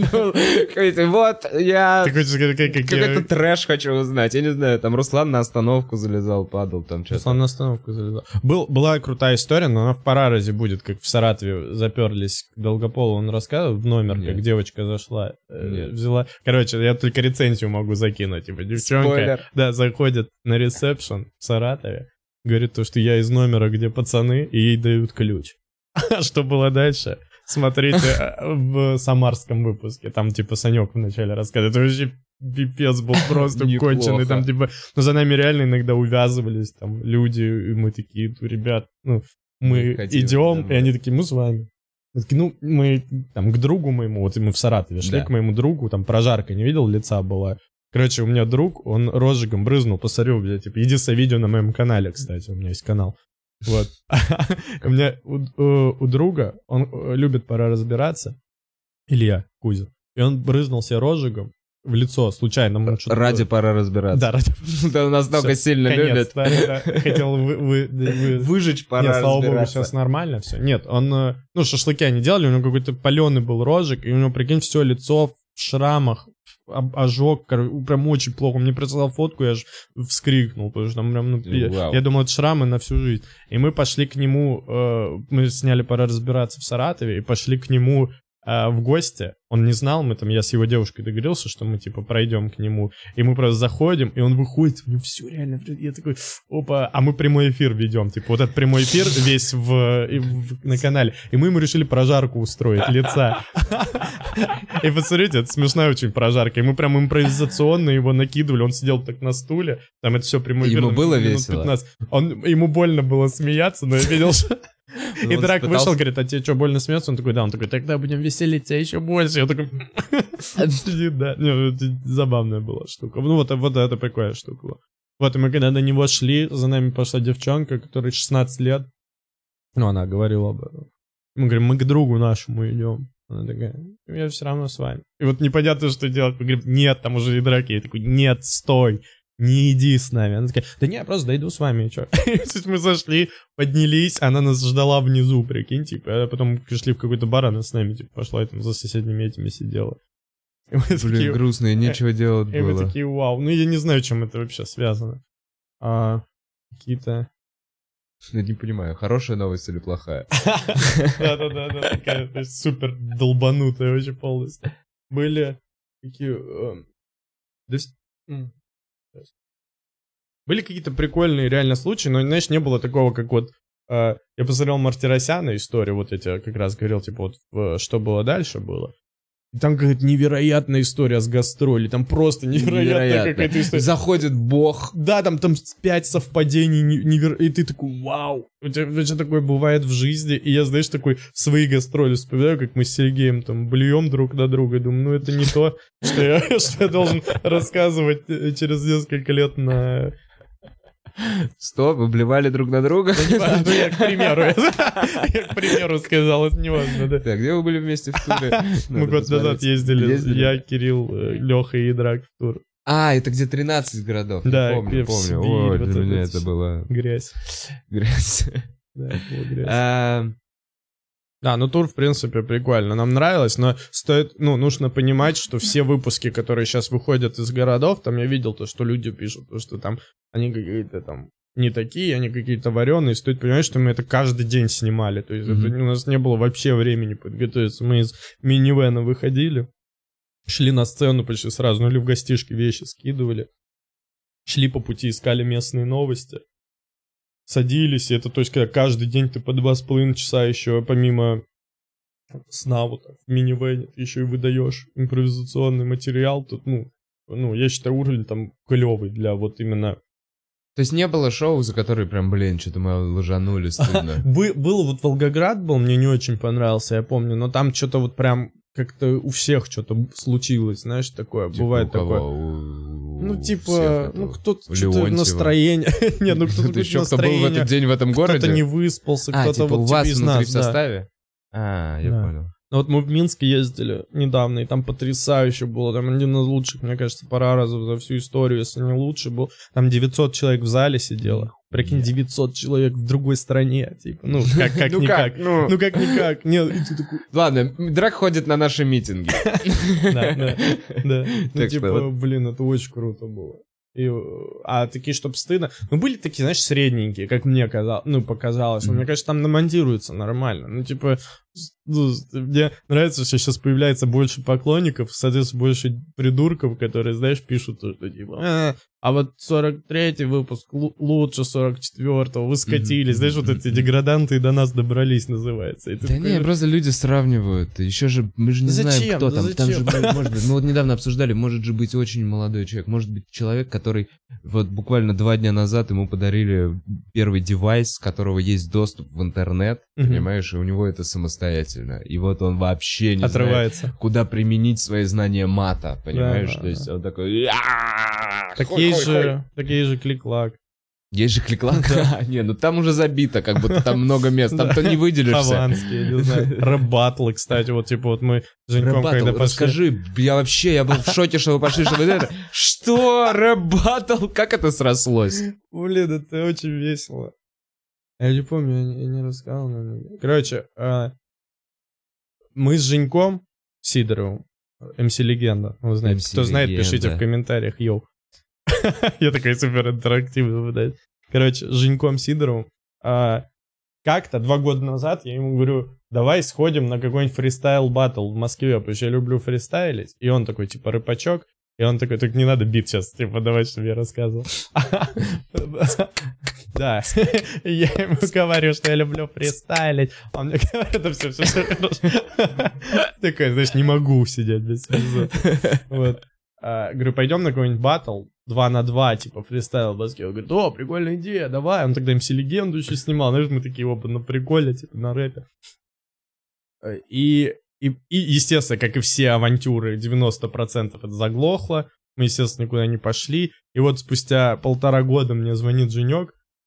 Вот, я... Какой-то трэш хочу узнать. Я не знаю, там Руслан на остановку залезал, падал, там что-то. Руслан на остановку залезал. Была крутая история, но она в Параразе будет, как в Саратове заперлись к Долгополу. Он рассказывал в номер, как девочка зашла, взяла... Короче, я только рецензию могу закинуть. Типа, девчонка, спойлер. Заходит на ресепшн в Саратове, говорит то, что я из номера, где пацаны, и ей дают ключ. Что было дальше? Смотрите в самарском выпуске. Там, типа, Санек вначале рассказывает. Это вообще пипец был просто конченый. Там, типа, за нами реально иногда увязывались там люди, и мы такие, ребят, мы идем, и они такие, мы с вами. Мы там к другу моему, вот мы в Саратове шли к моему другу, там прожарка, не видел, лица была. Короче, у меня друг, он розжигом брызнул, посмотрю, типа, единственное видео на моем канале, кстати, у меня есть канал. Вот. У меня у друга, он любит «Пора разбираться», Илья Кузин, и он брызнул себе розжигом в лицо случайно. Ради «Пора разбираться». Да, ради. Да, настолько сильно любят. Хотел выжечь «Пора разбираться». Слава богу, сейчас нормально все. Нет, он, шашлыки они делали, у него какой-то паленый был розжиг, и у него, прикинь, все лицо в шрамах, ожог, прям очень плохо. Он мне прислал фотку, я аж вскрикнул, потому что там прям, я думал, это шрамы на всю жизнь. И мы пошли к нему, мы сняли «Пора разбираться» в Саратове, и пошли к нему в гости. Он не знал, я с его девушкой договорился, что мы, типа, пройдем к нему. И мы просто заходим, и он выходит, у него все реально... Я такой, опа, а мы прямой эфир ведем. Типа, вот этот прямой эфир весь на канале. И мы ему решили прожарку устроить лица. И посмотрите, это смешная очень прожарка. И мы прям импровизационно его накидывали. Он сидел так на стуле. Там это все прямой эфир. Ему было весело? Ему больно было смеяться, но я видел, что... И Драк вышел, говорит, а тебе что, больно смеется? Он такой, да. Он такой, тогда будем веселиться еще больше. Я такой, да. Забавная была штука. Ну вот это прикольная штука была. Вот, и мы когда на него шли, за нами пошла девчонка, которой 16 лет. Ну, она говорила об этом. Мы говорим, мы к другу нашему идем. Она такая, я все равно с вами. И вот непонятно, что делать. Мы говорим, нет, там уже и драки. Я такой, нет, стой, не иди с нами. Она такая, да не, я просто дойду с вами, и чё. Мы зашли, поднялись, она нас ждала внизу, прикинь, типа. А потом пришли в какой-то бар, она с нами, типа, пошла и там за соседними этими сидела. Блин, такие, грустно, и нечего делать было. И мы такие, вау. Ну, я не знаю, чем это вообще связано. Какие-то... Я не понимаю, хорошая новость или плохая? Да, такая супер долбанутая вообще полностью. Были такие... Были какие-то прикольные реально случаи, но, знаешь, не было такого, как вот... Я посмотрел Мартиросяна историю, вот я тебе как раз говорил, типа, вот что было дальше было. И там какая-то невероятная история с гастролей, там просто невероятная какая-то история. Заходит бог. Да, там 5 совпадений, и ты такой, вау. У тебя такое бывает в жизни, и я, знаешь, такой свои гастроли вспоминаю, как мы с Сергеем там блюем друг на друга, думаю, ну это не то, что я должен рассказывать через несколько лет на... Что, вы блевали друг на друга? Ну, я к примеру сказал, это не важно, да. Так, где вы были вместе в туре? Мы год назад ездили, я, Кирилл, Леха и Драк в тур. Это где 13 городов, да, я помню. Ой, для меня это была... Грязь. Да, это была грязь. Да, ну тур, в принципе, прикольно. Нам нравилось, но нужно понимать, что все выпуски, которые сейчас выходят из городов, там я видел то, что люди пишут, то, что там они какие-то там не такие, они какие-то вареные. Стоит понимать, что мы это каждый день снимали. То есть это, у нас не было вообще времени подготовиться. Мы из минивэна выходили, шли на сцену почти сразу, или в гостишке вещи скидывали. Шли по пути, искали местные новости. Садились, и это, то есть, когда каждый день ты по 2,5 часа еще, помимо сна, вот так, в минивэне, ты еще и выдаешь импровизационный материал, тут, я считаю, уровень там клевый для вот именно... То есть не было шоу, за которые прям, что-то мы лажанули, стыдно? Было вот Волгоград был, мне не очень понравился, я помню, но там что-то вот прям как-то у всех что-то случилось, знаешь, такое, типа бывает такое. Кто-то что-то настроение. Нет, кто-то еще кто был в этот день в этом городе? Кто-то не выспался, кто-то вот у вас из внутри нас, в составе? Я понял. Ну вот мы в Минск ездили недавно, и там потрясающе было. Там один из лучших, мне кажется, пара разов за всю историю, если не лучше был. Там 900 человек в зале сидело. Прикинь, 900 человек в другой стране. Типа, как-никак. Ну как-никак. Нет, и ты такой... Ладно, Драк ходит на наши митинги. Да. Ну типа, блин, это очень круто было. Такие, чтоб стыдно. Ну, были такие, знаешь, средненькие, как мне показалось. Мне кажется, там намонтируется нормально. Ну, типа, мне нравится, что сейчас появляется больше поклонников, соответственно, больше придурков, которые, знаешь, пишут, что типа, а вот 43-й выпуск лучше 44-го, вы скатились. Знаешь, вот эти деграданты до нас добрались, называется. Да не, просто люди сравнивают. Еще же, мы же не знаем, кто там. Там же, может быть, мы вот недавно обсуждали, может же быть очень молодой человек. Может быть человек, который вот буквально 2 дня назад ему подарили первый девайс, с которого есть доступ в интернет, понимаешь, и у него это самостоятельно. И вот он вообще не знает, куда применить свои знания мата, понимаешь? То есть он такой... Такие же клик-лак. Есть же клик-лак? Да. Не, ну там уже забито, как будто там много мест, там-то не выделишься. Хованские, не знаю. Рэп-баттлы, кстати, вот типа вот мы с Женьком когда пошли... Расскажи, я был в шоке, что вы пошли, что вы это... Что? Рэп-баттл? Как это срослось? Блин, это очень весело. Я не помню, я не рассказал, наверное. Короче, мы с Женьком Сидоровым, МС Легенда, вы знаете, кто знает, пишите в комментариях, йоу. Я такой супер интерактивный, блядь. Короче, с Женьком Сидоровым как-то 2 года назад я ему говорю, давай сходим на какой-нибудь фристайл-баттл в Москве, потому что я люблю фристайлить. И он такой, типа, рэпачок. И он такой, так не надо бит сейчас, типа, давай, чтобы я рассказывал. Да. Я ему говорю, что я люблю фристайлить. Он мне говорит, да все хорошо. Такой, знаешь, не могу сидеть без слез. Вот. Говорю, пойдем на какой-нибудь баттл. 2 на 2, типа, фристайл баскет. Он говорит, о, прикольная идея, давай. Он тогда MC Легенду еще снимал. Знаешь, мы такие оба на приколе, типа, на рэпе. И, естественно, как и все авантюры, 90% это заглохло. Мы, естественно, никуда не пошли. И вот спустя 1,5 года мне звонит Женек.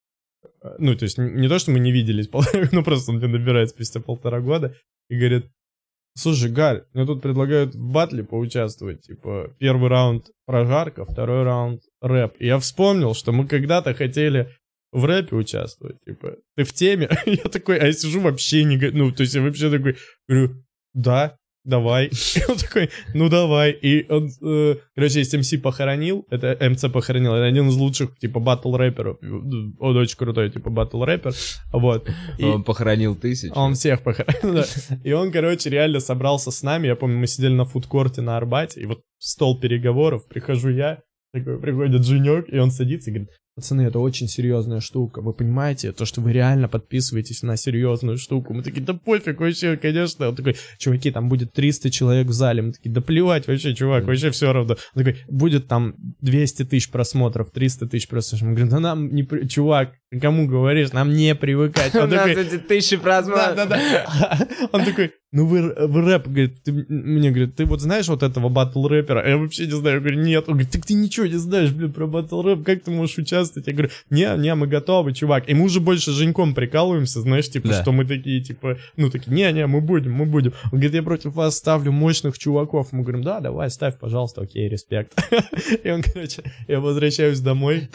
Ну, то есть, не то, что мы не виделись, ну, просто он мне набирает спустя 1,5 года. И говорит, слушай, Галь, мне тут предлагают в батле поучаствовать. Типа, 1-й раунд прожарка, 2-й раунд рэп. И я вспомнил, что мы когда-то хотели в рэпе участвовать. Типа, ты в теме? Я такой, а я сижу вообще не... Ну, то есть я вообще такой, говорю, да, давай. И он такой, ну давай. И он, короче, есть МС похоронил, это МЦ похоронил, это один из лучших, типа, батл-рэперов. Он очень крутой, типа, батл-рэпер. Вот. И он похоронил 1000. Он всех похоронил, да. И он, короче, реально собрался с нами. Я помню, мы сидели на фудкорте на Арбате, и вот стол переговоров, прихожу я, такой, приходит Женек, и он садится и говорит, пацаны, это очень серьезная штука, вы понимаете, то, что вы реально подписываетесь на серьезную штуку. Мы такие, да пофиг вообще, конечно. Он такой, чуваки, там будет 300 человек в зале. Мы такие, да плевать вообще, чувак, вообще все равно. Он такой, будет там 200 тысяч просмотров, 300 тысяч просмотров. Мы говорим, да нам не... Чувак, ты кому говоришь, нам не привыкать. У нас эти 1000 просмотров. Да. Он такой, ну вы рэп, говорит, мне говорит, ты вот знаешь вот этого батл-рэпера? А я вообще не знаю. Я говорю, нет. Он говорит, так ты ничего не знаешь, блин, про батл-рэп, как ты можешь участвовать? Я говорю, не, мы готовы, чувак. И мы уже больше с Женьком прикалываемся, знаешь, типа, да. Что мы такие, типа, ну, такие, не, мы будем. Он говорит, я против вас ставлю мощных чуваков. Мы говорим, да, давай, ставь, пожалуйста, окей, респект. И он, короче, я возвращаюсь домой.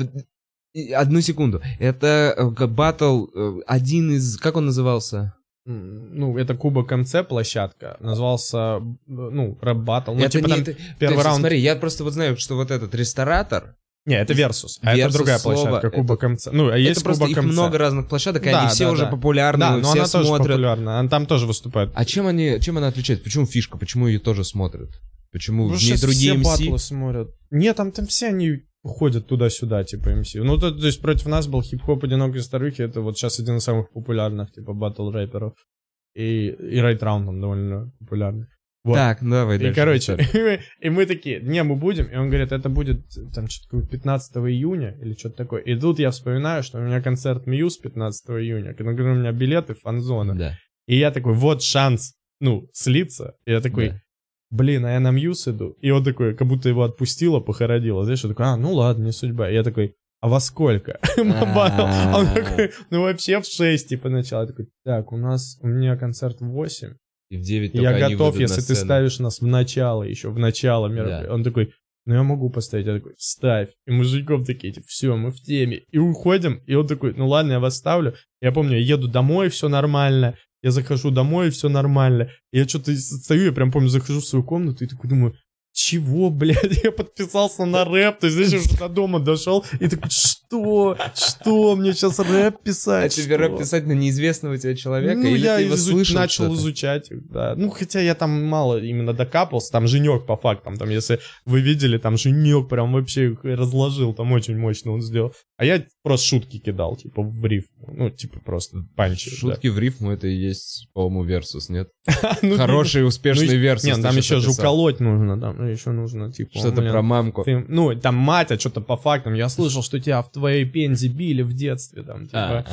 Одну секунду. Это батл, один из, как он назывался? Ну, это Кубок МЦ площадка. Назывался, ну, рэп-баттл. Ну, это типа не, там первый раунд... Смотри, я просто вот знаю, что вот этот ресторатор... Не, это Versus, а это другая площадка, Кубок МЦ. Ну, а есть Кубок МЦ. Это просто их много разных площадок, и они все уже популярны, да, но все она смотрят. Тоже популярна, она там тоже выступает. А чем она отличается? Почему фишка? Почему ее тоже смотрят? Почему в ней другие все МС? батлы смотрят. Нет, там все они ходят туда-сюда, типа, МС. Ну, то есть против нас был хип-хоп «Одинокой старухи», это вот сейчас один из самых популярных, типа, батл-рэперов. И Right Round там довольно популярный. Вот. Так, давай дальше. И, короче, и мы такие, не, мы будем. И он говорит, это будет там что-то 15 июня или что-то такое. И тут я вспоминаю, что у меня концерт Мьюз 15 июня, когда у меня билеты фан-зона. Да. И я такой, вот шанс, ну, слиться. И я такой, блин, а я на Мьюз иду. И он такой, как будто его отпустило, похоронило. Знаешь, я такой, ну ладно, не судьба. И я такой, а во сколько? Он такой, ну вообще в 6, типа, начало. Я такой, так, у меня концерт в 8. И в 9 я готов, если ты ставишь нас в начало мероприятия. Он такой, ну я могу поставить. Я такой, ставь. И мужиков такие, типа, все, мы в теме. И уходим. И он такой, ну ладно, я вас ставлю. Я помню, я еду домой, все нормально. Я захожу домой, все нормально. И я что-то стою, я прям помню, захожу в свою комнату и такой думаю, чего, блядь, я подписался на рэп, то есть, знаешь, уже до дома дошел, и такой, что, мне сейчас рэп писать? А тебе рэп писать на неизвестного тебе человека, ну, или я ты его слышал начал что-то? изучать, да, ну, хотя я там мало именно докапался, там Женек по фактам, там, если вы видели, там Женек прям вообще разложил, там очень мощно он сделал, а я просто шутки кидал, типа, в рифму, ну, типа, просто панчи. Шутки в рифму, это и есть, по-моему, Versus, нет? Хороший, успешный Versus. Нет, там еще же уколоть нужно, там еще нужно, типа... Что-то про мамку. Ну, там мать, а что-то по фактам. Я слышал, что тебя в твоей Пензе били в детстве, там, типа...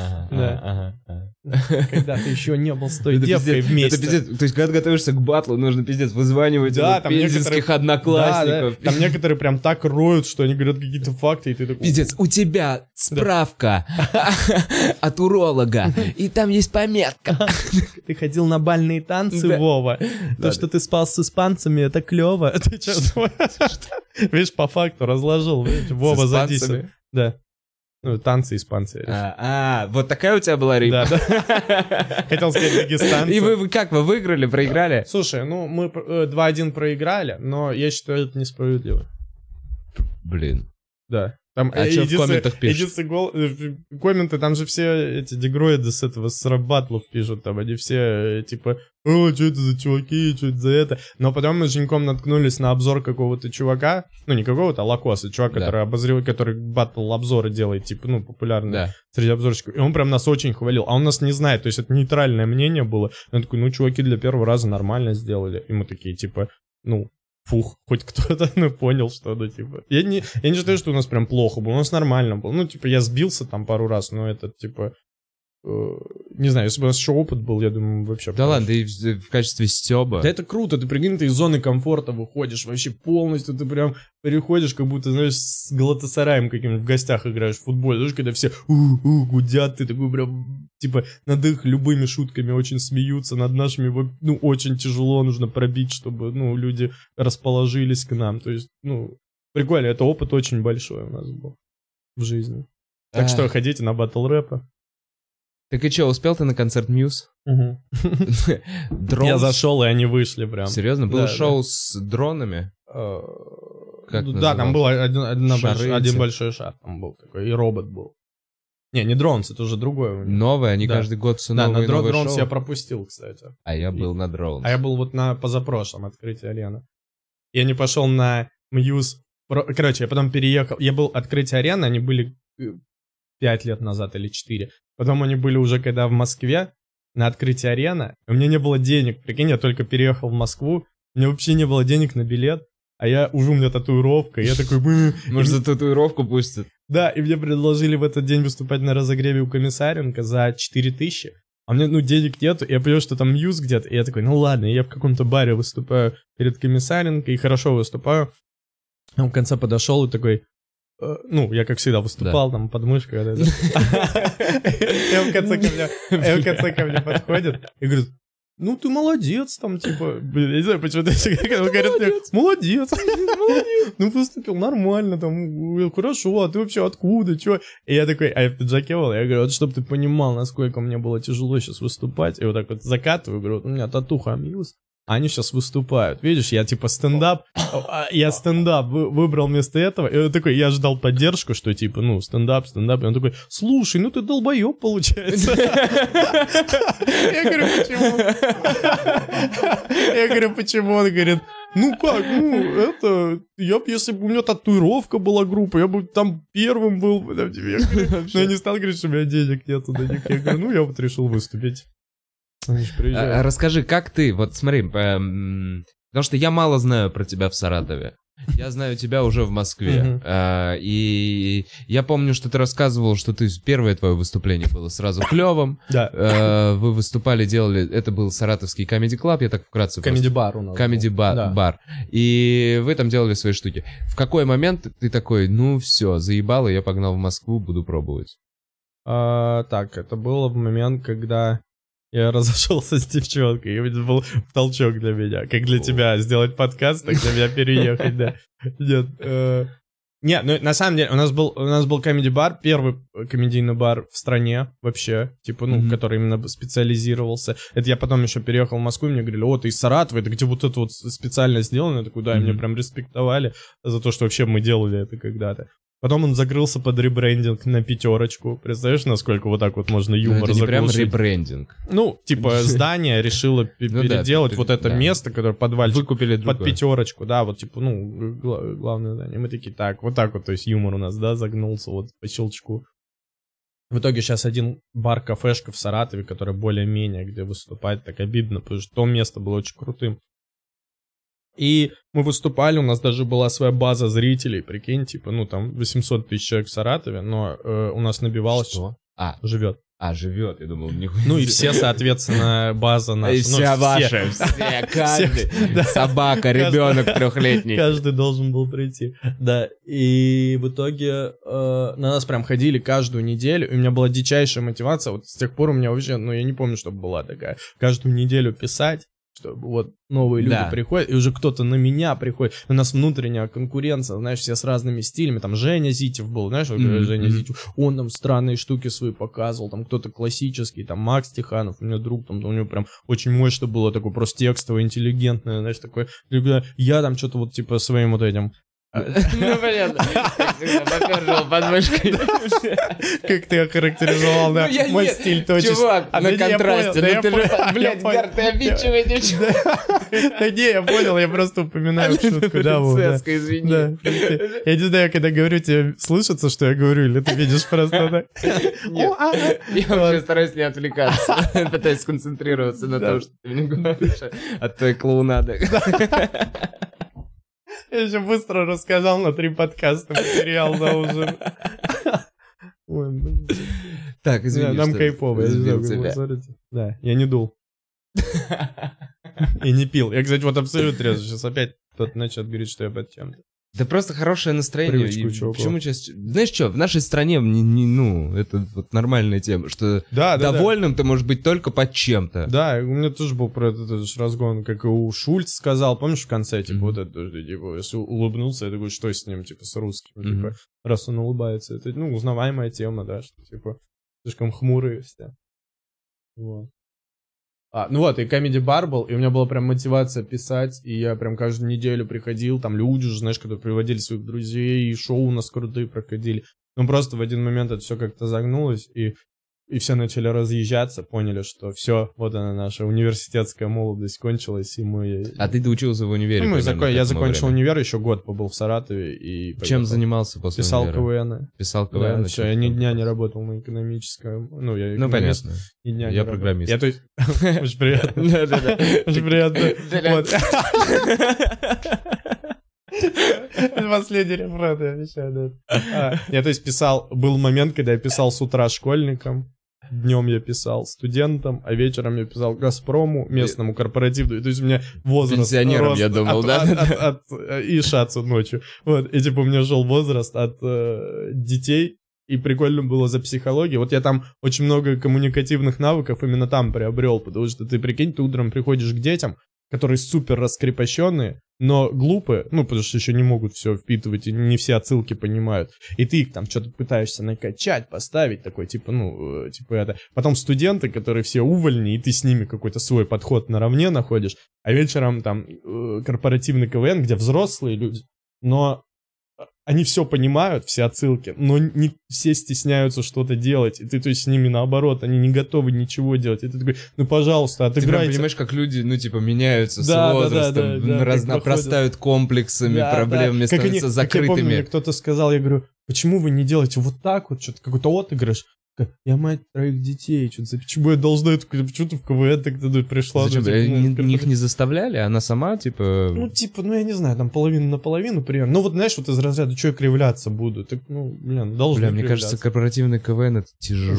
Когда ты еще не был с той девкой вместе. Это пиздец. То есть, когда готовишься к батлу, нужно, пиздец, вызванивать пензенских одноклассников. Там некоторые прям так роют, что они говорят какие-то факты, и ты такой... Пиздец, у тебя справка от уролога, и там есть пометка. Ты ходил на бальные танцы, Вова. То, что ты спал с испанцами, это клево. Ты что, видишь, по факту разложил. Вова, садись. Да. Ну, танцы испанцы. Вот такая у тебя была рифма? Да. Хотел сказать дагестанцы. И вы как, вы выиграли, проиграли? Слушай, ну, мы 2-1 проиграли, но я считаю, это несправедливо. Блин. Да. Там что в комментах пишут? Комменты, там же все эти дегроиды с этого, с рэп-баттлов пишут, там они все типа, что это за чуваки, что это за это. Но потом мы с Женьком наткнулись на обзор какого-то чувака, ну не какого-то, а Лакоса, чувак, который батл-обзоры делает, типа, ну, популярный среди обзорщиков. И он прям нас очень хвалил, а он нас не знает, то есть это нейтральное мнение было. И он такой, ну, чуваки для первого раза нормально сделали. И мы такие, типа, ну, фух, хоть кто-то понял, что, ну, типа... Я не считаю, что у нас прям плохо было, у нас нормально было. Ну, типа, я сбился там пару раз, но это, типа... Не знаю, если бы у нас еще опыт был, я думаю, вообще... Да ладно, ты в качестве стёба. Да это круто, ты прикинь, ты из зоны комфорта выходишь вообще полностью, ты прям переходишь, как будто, знаешь, с Галатасараем каким-нибудь в гостях играешь в футбол, знаешь, когда все гудят, ты такой прям, типа, над их любыми шутками очень смеются, над нашими, ну, очень тяжело нужно пробить, чтобы, ну, люди расположились к нам, то есть, ну, прикольно, это опыт очень большой у нас был в жизни. Так что ходите на батл рэпа. Так и что, успел ты на концерт Мьюз? Я зашел, и они вышли прям. Серьезно? Было шоу с дронами? Да, там был один большой шар, там был такой, и робот был. Не Дронс, это уже другое. Новое, они каждый год все новые шоу. Да, на Дронс я пропустил, кстати. А я был на Дронс. А я был вот на позапрошлом открытии арены. Я не пошел на Мьюз. Короче, я потом переехал. Я был открытие арены, они были 5 лет назад или 4. Потом они были уже когда в Москве на открытии арены. У меня не было денег. Прикинь, я только переехал в Москву. У меня вообще не было денег на билет. А у меня татуировка. Я такой... Может, за татуировку пустят? Да, и мне предложили в этот день выступать на разогреве у Комиссаренко за 4000. А мне, денег нету. Я понял, что там Мьюз где-то. И я такой, ладно, я в каком-то баре выступаю перед Комиссаренко и хорошо выступаю. А он в конце подошел и такой... я, как всегда, выступал, там, под мышкой. И он в конце ко мне подходит и говорит, ты молодец, там, типа, я не знаю, почему он говорит мне, молодец, выступил нормально, там, хорошо, а ты вообще откуда, чё? И я такой, а я в пиджаке был, я говорю, вот чтобы ты понимал, насколько мне было тяжело сейчас выступать, и вот так вот закатываю, говорю, у меня татуха Мьюз. Они сейчас выступают. Видишь, я типа стендап выбрал вместо этого. И он такой, я ждал поддержку, что типа, стендап. И он такой, слушай, ты долбоёб, получается. Я говорю, почему? Я говорю, почему? Он говорит, если бы у меня татуировка была группа, я бы там первым был. Но я не стал говорить, что у меня денег нету на них. Я говорю, я вот решил выступить. Расскажи, как ты, вот смотри, потому что я мало знаю про тебя в Саратове. Я знаю тебя уже в Москве. И я помню, что ты рассказывал, что первое твое выступление было сразу клевым. Да. Вы выступали, делали, это был саратовский Comedy Club, я так вкратце... Comedy-бар у нас. Comedy-бар. И вы там делали свои штуки. В какой момент ты такой, все, заебало, я погнал в Москву, буду пробовать? Так, это было в момент, когда... Я разошелся с девчонкой, и это был толчок для меня. Как для тебя сделать подкаст, так для меня переехать, да. Нет, на самом деле, у нас был комедий-бар, первый комедийный бар в стране вообще, типа, который именно специализировался. Это я потом еще переехал в Москву, и мне говорили, ты из Саратова, это где вот это вот специально сделано? Я такой, да, и мне прям респектовали за то, что вообще мы делали это когда-то. Потом он закрылся под ребрендинг на 5. Представляешь, насколько вот так вот можно юмор заглушить? Это не прям ребрендинг. Здание решило переделать вот это место, которое подвальчик. Выкупили под 5, да, вот типа, главное здание. Мы такие, так, вот так вот, то есть юмор у нас, да, загнулся вот по щелчку. В итоге сейчас один бар-кафешка в Саратове, который более-менее, где выступать, так обидно, потому что то место было очень крутым. И мы выступали, у нас даже была своя база зрителей, прикинь, типа, там 800 тысяч человек в Саратове, но у нас набивалось... Что? Живет. Живет, я думал, нихуя. И все, соответственно, база наша. И вся ваша, все, каждый, собака, ребенок 3-летний. Каждый должен был прийти, да. И в итоге на нас прям ходили каждую неделю, и у меня была дичайшая мотивация, вот с тех пор у меня вообще, я не помню, чтобы была такая, каждую неделю писать, что вот новые люди приходят, и уже кто-то на меня приходит. У нас внутренняя конкуренция, знаешь, все с разными стилями. Там Женя Зитев был, знаешь, Женя Зитев. Он там странные штуки свои показывал, там кто-то классический, там Макс Тиханов, у меня друг, там у него прям очень мощно было, такое просто текстовое, интеллигентное, знаешь, такое. Я там что-то вот типа своим вот этим... понятно. Попёржил подмышкой. Как ты охарактеризовал, да? Мой стиль точно. Чувак, на контрасте. Ты же, блядь, Гар, ты обидчивый девчонка. Да не, я понял, я просто упоминаю шутку. Да, принцесска, извини. Я не знаю, когда говорю, тебе слышится, что я говорю, или ты видишь просто так? Нет, я вообще стараюсь не отвлекаться. Пытаюсь сконцентрироваться на том, что ты мне говоришь от твоей клоунады. Я еще быстро рассказал на 3 подкаста материал на ужин. Ой, блин. Так, извини, нам кайфово. Да, я не дул. И не пил. Я, кстати, вот абсолютно трезв. Сейчас опять кто-то начнет говорить, что я под чем-то. Да просто хорошее настроение. Почему сейчас... Знаешь что, в нашей стране, это вот нормальная тема, что довольным ты можешь быть только под чем-то. Да, у меня тоже был про этот разгон, как и у Шульца сказал, помнишь, в конце, типа, вот это, типа, если улыбнулся, я такой, что с ним, типа, с русским, типа, раз он улыбается. Это, узнаваемая тема, да, что, типа, слишком хмурые все. Вот. И Comedy Bar был, и у меня была прям мотивация писать, и я прям каждую неделю приходил, там люди уже, знаешь, когда приводили своих друзей, и шоу у нас крутые проходили. Но просто в один момент это все как-то загнулось, и все начали разъезжаться, поняли, что все, вот она наша университетская молодость кончилась, и мы... А ты доучился в универе? Я закончил универ, еще год побыл в Саратове, и поехал. Чем занимался после универа? Писал КВН? Да, я ни дня не работал на экономическом, я экономист. Понятно. Ни дня я программист. Очень приятно. Очень приятно. Последний рефрен, я обещаю, да. Я, то есть, писал... Был момент, когда я писал с утра школьникам, днем я писал студентам, а вечером я писал Газпрому, местному корпоративу. То есть, у меня возраст... Пенсионерам, я думал, да? И Шацу ночью. Вот, и, типа, у меня шел возраст от детей, и прикольно было за психологию. Вот я там очень много коммуникативных навыков именно там приобрел, потому что ты, прикинь, ты утром приходишь к детям, которые супер раскрепощенные, но глупые, потому что еще не могут все впитывать, и не все отсылки понимают. И ты их там что-то пытаешься накачать, поставить, такой, это. Потом студенты, которые все увольни, и ты с ними какой-то свой подход наравне находишь. А вечером там корпоративный КВН, где взрослые люди, но они все понимают, все отсылки, но не все стесняются что-то делать. И ты, то есть, с ними наоборот, они не готовы ничего делать. И ты такой, пожалуйста, отыграйте. Ты понимаешь, как люди, меняются с возрастом, обрастают комплексами, проблемами, становятся закрытыми. Я помню, мне кто-то сказал, я говорю, почему вы не делаете вот так вот, что-то какой-то отыгрыш? Я мать 3 детей, почему я должна это, почему ты в КВН тогда пришла? Зачем? Их не заставляли, она сама, типа... я не знаю, там половину на половину примерно. Ну, вот, знаешь, вот из разряда, что я кривляться буду? Так, должен мне кажется, корпоративный КВН — это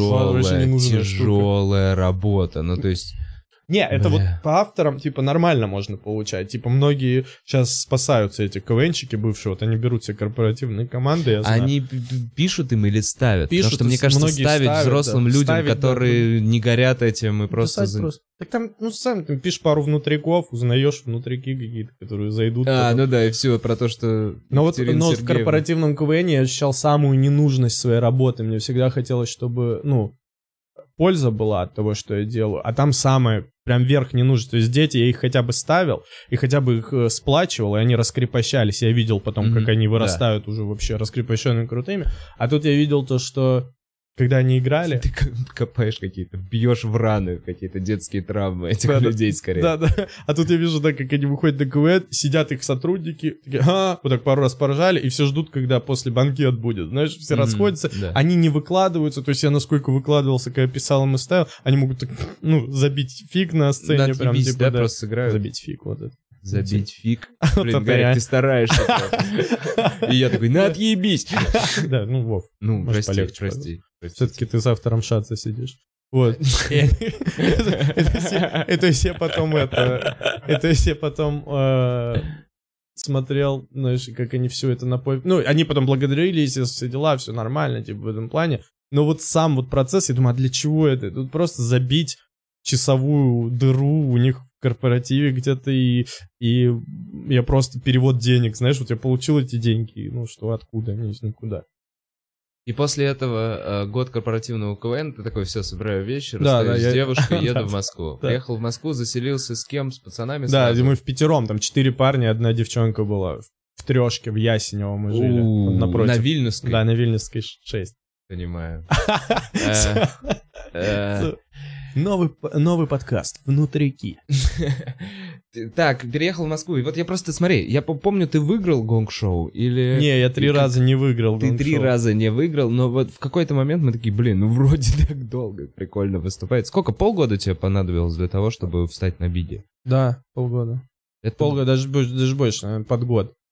тяжелая работа, то есть... Не, это вот по авторам, нормально можно получать. Многие сейчас спасаются, эти КВНщики бывшие, вот они берут себе корпоративные команды, я знаю. Они пишут им или ставят? Потому что, мне кажется, ставить взрослым людям, которые не горят этим и просто... Так там, сам ты пишешь пару внутриков, узнаешь внутрики какие-то, которые зайдут. И все про то, что... Но в корпоративном КВН я ощущал самую ненужность своей работы. Мне всегда хотелось, чтобы, польза была от того, что я делаю, а там самое прям верх не нужно. То есть дети, я их хотя бы ставил, и хотя бы их сплачивал, и они раскрепощались. Я видел потом, как они вырастают уже вообще раскрепощенными, крутыми. А тут я видел то, что когда они играли... Ты копаешь бьешь в раны какие-то детские травмы этих людей скорее. Да. А тут я вижу, как они выходят на КВН, сидят их сотрудники, такие, вот так пару раз поржали, и все ждут, когда после банкет будет. Знаешь, все расходятся, они не выкладываются, то есть я насколько выкладывался, когда писал им и ставил, они могут забить фиг на сцене. Прям просто сыграют. Забить фиг, вот это. Забить фиг. Блин, Гарик, ты стараешься. И я такой, отъебись. Да, Вов. Прости. Все-таки ты с автором Шаца сидишь. Вот. Это все потом смотрел, знаешь, как они все это напомнили. Они потом благодарили, все дела, все нормально, в этом плане. Но вот сам процесс, я думаю, а для чего это? Тут просто забить часовую дыру у них в корпоративе где-то, и я просто перевод денег, знаешь, вот я получил эти деньги, что, откуда, из никуда. И после этого год корпоративного КВН, ты такой, все, собираю вещи, расстаюсь с девушкой, еду в Москву. Приехал в Москву, заселился с кем? С пацанами? Да, мы в 5, там 4 парня, 1 девчонка была. В 3 в Ясенево мы жили. Напротив. На Вильнюсской? Да, на Вильнюсской 6. Понимаю. Новый подкаст «Внутрики». Так, переехал в Москву. И вот я просто, смотри, я помню, ты выиграл гонг-шоу или... Не, я 3 раза не выиграл гонг-шоу. Ты 3 раза не выиграл, но вот в какой-то момент мы такие, вроде так долго, прикольно выступает. Сколько, полгода тебе понадобилось для того, чтобы встать на биге? Да, полгода. Это полгода, даже больше, наверное, под год.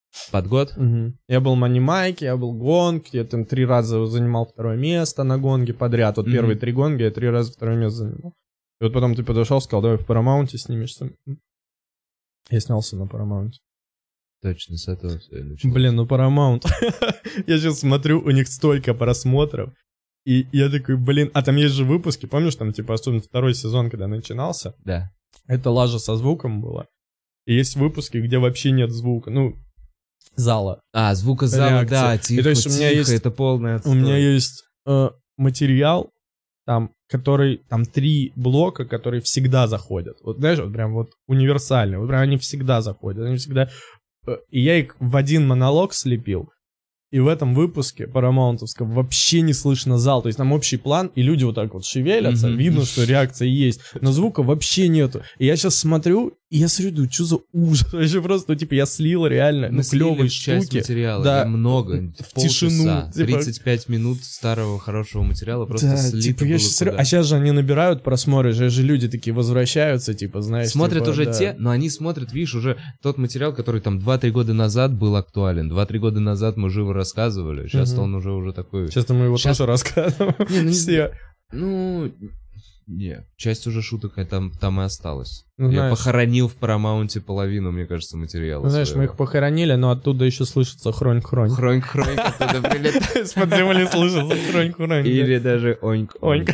Под год? Я был Манимайк, я был Гонг, я там 3 раза занимал 2 место на Гонге подряд. Вот первые 3 Гонги я 3 раза 2 место занимал. И вот потом ты подошел, сказал, давай в Paramount снимешься. Я снялся на Paramount. Точно, с этого все и началось. Блин, ну Paramount. Я сейчас смотрю, у них столько просмотров. И я такой, блин, а там есть же выпуски, помнишь, там, типа, особенно 2 сезон, когда начинался? Да. Это лажа со звуком было. И есть выпуски, где вообще нет звука, ну, зала. А, звука зала, реакции. Да, тихо, и то есть тихо, у меня есть, это полное отстой. У меня есть материал, там, который, там 3 блока, которые всегда заходят. Вот, знаешь, вот прям вот универсальные, вот прям они всегда заходят, они всегда... И я их в один монолог слепил. И в этом выпуске парамаунтовском вообще не слышно зал. То есть там общий план, и люди вот так вот шевелятся, видно, что реакция есть, но звука вообще нету. И я сейчас смотрю, и я смотрю, что за ужас. Вообще просто, ну, типа, я слил реально, ну, клевые штуки. Часть материала, да, много, в тишину. Типа... 35 минут старого хорошего материала просто да, слито типа, я сейчас смотрю, а сейчас же они набирают просмотры, же люди такие возвращаются, типа, знаешь. Смотрят типа, уже да. те, но они смотрят, видишь, уже тот материал, который там 2-3 года назад был актуален. 2-3 года назад мы живо рассказывали, сейчас он уже такой... Сейчас-то мы его тоже рассказываем. Все. Ну... Не, часть уже шуток там и осталась. Ну, я знаешь, похоронил в Paramount половину, мне кажется, материала. Ну, знаешь, своего. мы их похоронили, но оттуда еще слышится хронь-хронь. Хронь-хронь оттуда прилетает. С-под земли слышится хронь-хронь. Или даже оньк-оньк.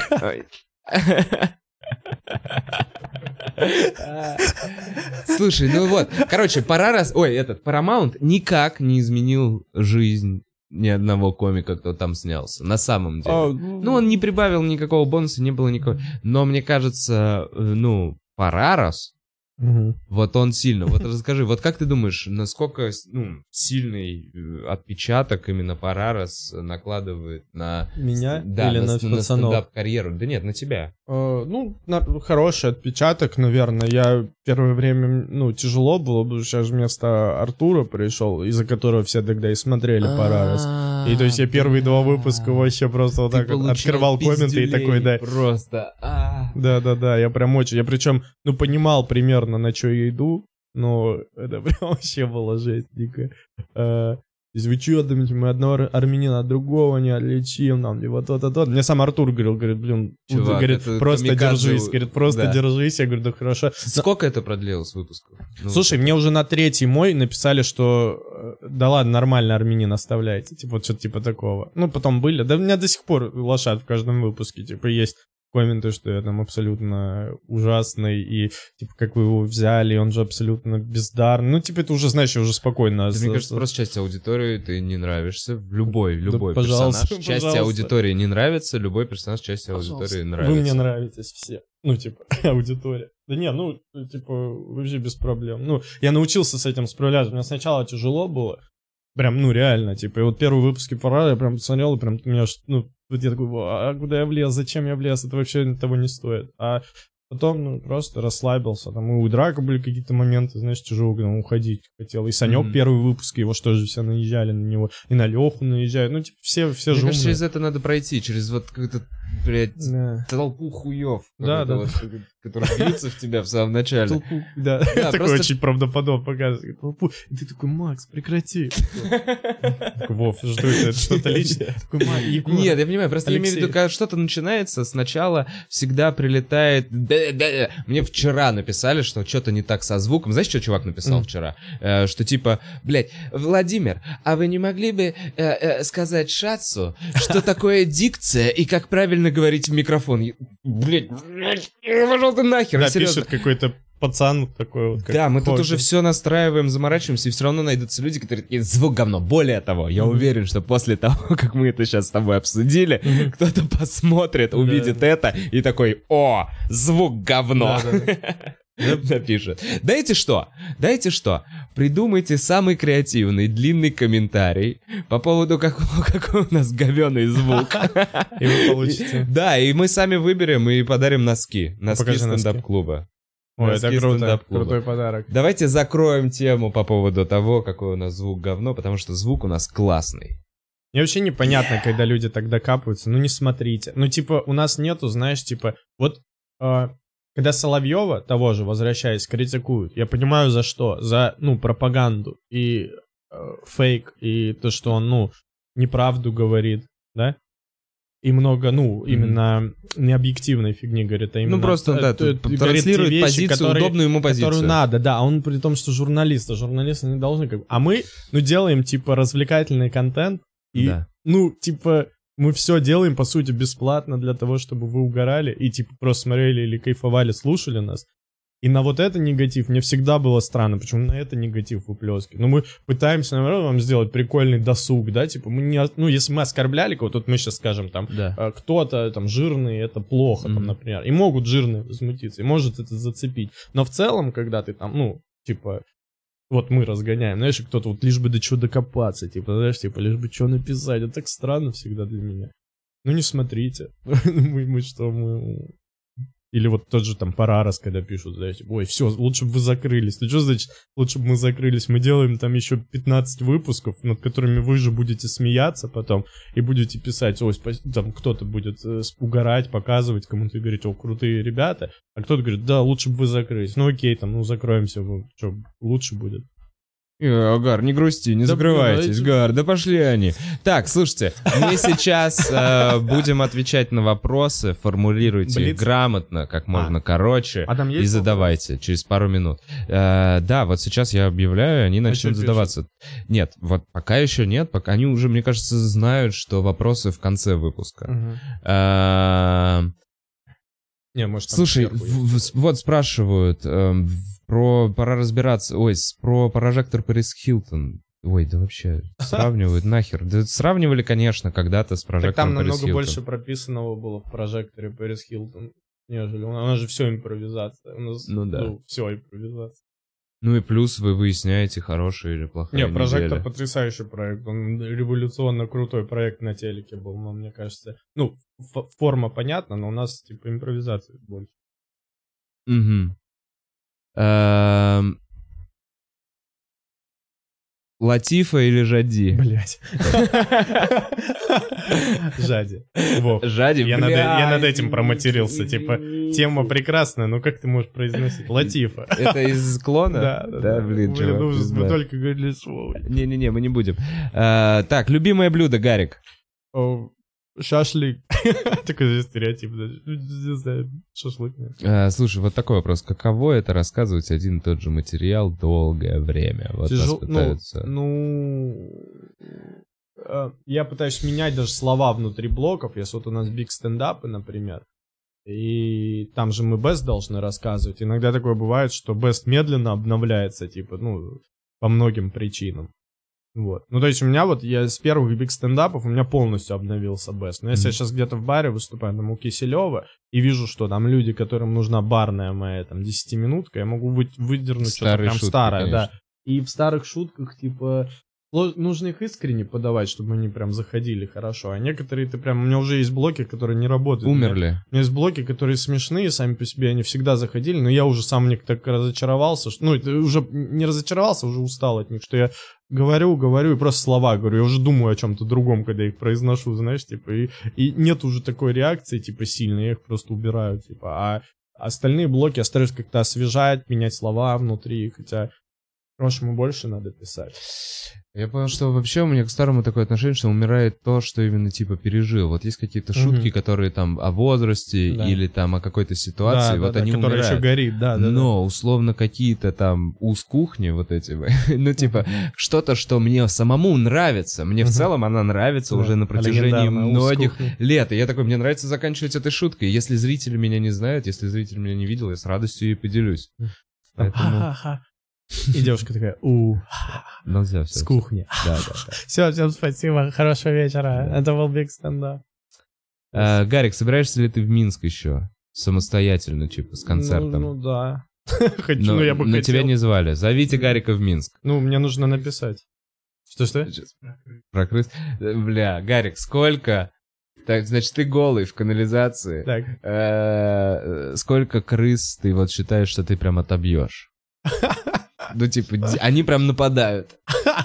Слушай, ну вот, короче, Paramount никак не изменил жизнь ни одного комика, кто там снялся, на самом деле. Ну, он не прибавил никакого бонуса, не было никакого. Но мне кажется, ну, Парарас, вот он сильно. Вот расскажи, вот как ты думаешь, насколько сильный отпечаток именно Парарас накладывает на... Меня? Да, или на стендап-карьеру? Да нет, на тебя. Ну, хороший отпечаток, наверное. Я первое время, ну, тяжело было, потому что сейчас вместо Артура пришел, из-за которого все тогда и смотрели Парарас. И то есть я первые 2 выпуска вообще просто вот так вот открывал комменты и такой, да. Просто. Да, я прям очень... Я причем, ну, понимал примерно, на что я иду, но это прям вообще было жесть дикая. То есть вы что, думаете, мы одного армянина от другого не отличим, нам либо то-то. Мне сам Артур говорил, блин, чувак, говорит, просто держись, говорит, просто держись. Я говорю, да хорошо. Сколько это продлилось выпусков? Слушай, мне уже на 3-й мой написали, что да ладно, нормально армянин оставляйте, типа вот что-то типа такого. Ну, потом были, да у меня до сих пор лошад в каждом выпуске, типа есть комменты, что я там абсолютно ужасный, и, типа, как вы его взяли, он же абсолютно бездарный. Ну, типа, это уже, знаешь, уже спокойно. Да, мне кажется, просто часть аудитории ты не нравишься. Любой персонаж части аудитории не нравится, любой персонаж части аудитории нравится. Вы мне нравитесь все. Ну, типа, аудитория. Да не, ну, типа, вообще без проблем. Ну, я научился с этим справляться. У меня сначала тяжело было. Прям, ну, реально, типа, и вот первые выпуски «Пора» я прям смотрел, и прям у меня, ну, вот я такой, а куда я влез, зачем я влез, это вообще того не стоит. А потом, ну, просто расслабился, там, и у Драка были какие-то моменты, знаешь, тяжело, когда он уходить хотел. И Санек первый выпуск, его что же все наезжали на него, и на Леху наезжают, ну, типа, все же умные. Мне кажется, через это надо пройти, через вот какую-то, блядь, толпу хуев, да. Вот, которые бьются в тебя в самом начале. Толпу, да, такой просто... очень правдоподобно показывает. Толпу, и ты такой, Макс, прекрати. Вов, что это, что-то личное? Нет, я понимаю, просто я имею в виду, когда что-то начинается, сначала всегда прилетает... Мне вчера написали, что что-то не так со звуком. Знаешь, что чувак написал вчера? Что типа, блядь, Владимир, а вы не могли бы сказать Шацу, что такое дикция и как правильно говорить в микрофон? Блядь, пошел ты нахер, да, серьезно. Пишет какой-то пацан такой вот. Да, мы тут уже все настраиваем, заморачиваемся, и все равно найдутся люди, которые такие, звук говно. Более того, я уверен, что после того, как мы это сейчас с тобой обсудили, кто-то посмотрит, увидит это и такой, о, звук говно. Напишет. Дайте что? Придумайте самый креативный, длинный комментарий по поводу, какой у нас говёный звук. И вы получите. Да, и мы сами выберем и подарим носки. Носки стендап-клуба. Ой, это круто, крутой подарок. Давайте закроем тему по поводу того, какой у нас звук говно, потому что звук у нас классный. Мне вообще непонятно, когда люди так докапываются. Ну не смотрите. Ну типа у нас нету, знаешь, типа вот... Когда Соловьева, того же, возвращаясь, критикуют, я понимаю за что, за, ну, пропаганду. И фейк, и то, что он, ну, неправду говорит, да? И много, ну, именно не объективной фигни говорит, а именно... Ну, просто, да, транслирует вещи, позицию, удобную ему позицию. Которую надо, да, а он при том, что журналисты не должны... А мы, ну, делаем, типа, развлекательный контент, и, ну, типа, мы все делаем, по сути, бесплатно для того, чтобы вы угорали, и, типа, просто смотрели или кайфовали, слушали нас. И на вот это негатив мне всегда было странно, почему на это негатив выплескивать. Ну, мы пытаемся, наоборот, вам сделать прикольный досуг, да, типа, мы не, ну, если мы оскорбляли кого-то, вот мы сейчас скажем, там, кто-то, там, жирный, это плохо, там, например, и могут жирные возмутиться, и может это зацепить. Но в целом, когда ты там, ну, типа, вот мы разгоняем, знаешь, кто-то вот лишь бы до чего докопаться, типа, знаешь, типа, лишь бы что написать, это так странно всегда для меня. Ну, не смотрите, мы что, мы... Или вот тот же там Парарас, когда пишут, знаете, ой, все, лучше бы вы закрылись. Ну что значит, лучше бы мы закрылись? Мы делаем там еще 15 выпусков, над которыми вы же будете смеяться потом и будете писать, ой, там кто-то будет угорать, показывать кому-то и говорить, о, крутые ребята, а кто-то говорит, да, лучше бы вы закрылись. Ну окей, там, ну закроемся, что, лучше будет. Гар, не грусти, не закрывайтесь, Гар, да пошли они. Так, слушайте, мы сейчас будем отвечать на вопросы, формулируйте их грамотно, как можно короче, и задавайте через пару минут. Да, вот сейчас я объявляю, они начнут задаваться. Нет, вот пока еще нет, пока они уже, мне кажется, знают, что вопросы в конце выпуска. Не, может, слушай, вот спрашивают... пора разбираться. Ой, про прожектор Пэрис Хилтон. Ой, да вообще, сравнивают нахер. Да сравнивали, конечно, когда-то с прожектором Пэрис Хилтон. Так там намного больше прописанного было в прожекторе Пэрис Хилтон, нежели... У нас же все импровизация. У нас, все импровизация. Ну и плюс вы выясняете, хорошая или плохая неделя. Не, прожектор потрясающий проект. Он революционно крутой проект на телеке был, но мне кажется... Ну, форма понятна, но у нас, типа, импровизация больше. Угу. Латифа или Жади? Блять. Жади. Жади, я над этим проматерился. Типа, тема прекрасная, но как ты можешь произносить? Латифа. Это из клона? Да, блин, чувак. Мы только говорили слово. Не-не-не, мы не будем. Так, любимое блюдо, Гарик. Шашлык. Такой же стереотип. Не знаю, шашлык. Слушай, вот такой вопрос. Каково это рассказывать один и тот же материал долгое время? Вот нас пытаются... Я пытаюсь менять даже слова внутри блоков. Если вот у нас биг стендапы, например, и там же мы best должны рассказывать. Иногда такое бывает, что best медленно обновляется, типа, ну, по многим причинам. Вот. Ну, то есть у меня вот, я с первых биг стендапов, у меня полностью обновился бест. Но если я сейчас где-то в баре выступаю, там, у Киселева, и вижу, что там люди, которым нужна барная моя, там, 10-минутка, я могу выдернуть что-то прям шутки, старое, конечно. Да. И в старых шутках, типа, нужно их искренне подавать, чтобы они прям заходили хорошо. А некоторые ты прям... У меня уже есть блоки, которые не работают. Умерли. У меня есть блоки, которые смешные, сами по себе, они всегда заходили, но я уже сам в них так разочаровался, что... Ну, уже не разочаровался, уже устал от них, что я говорю и просто слова говорю. Я уже думаю о чем-то другом, когда их произношу, знаешь, типа, и нет уже такой реакции, типа, сильной, я их просто убираю, типа. А остальные блоки я стараюсь как-то освежать, менять слова внутри, хотя... Прошлому больше надо писать. Я понял, что вообще у меня к старому такое отношение, что умирает то, что именно типа пережил. Вот есть какие-то шутки, которые там о возрасте или там о какой-то ситуации, вот они умирают. Еще горит, Но условно какие-то там уз-кухни вот эти, ну типа что-то, что мне самому нравится. Мне в целом она нравится уже на протяжении многих лет. И я такой, мне нравится заканчивать этой шуткой. Если зрители меня не знают, если зритель меня не видел, я с радостью ей поделюсь. Поэтому... И девушка такая, с кухни. Да. Все, всем спасибо, хорошего вечера. Это был Big Stand-Up. Гарик, собираешься ли ты в Минск еще? Самостоятельно, типа, с концертом? Ну да. Но я бы хотел. Тебя не звали. Зовите Гарика в Минск. Ну, мне нужно написать. Что? Прокрыть. Бля, Гарик, сколько... Так, значит, ты голый в канализации. Так. Сколько крыс ты вот считаешь, что ты прям отобьешь? Ну, типа, они прям нападают.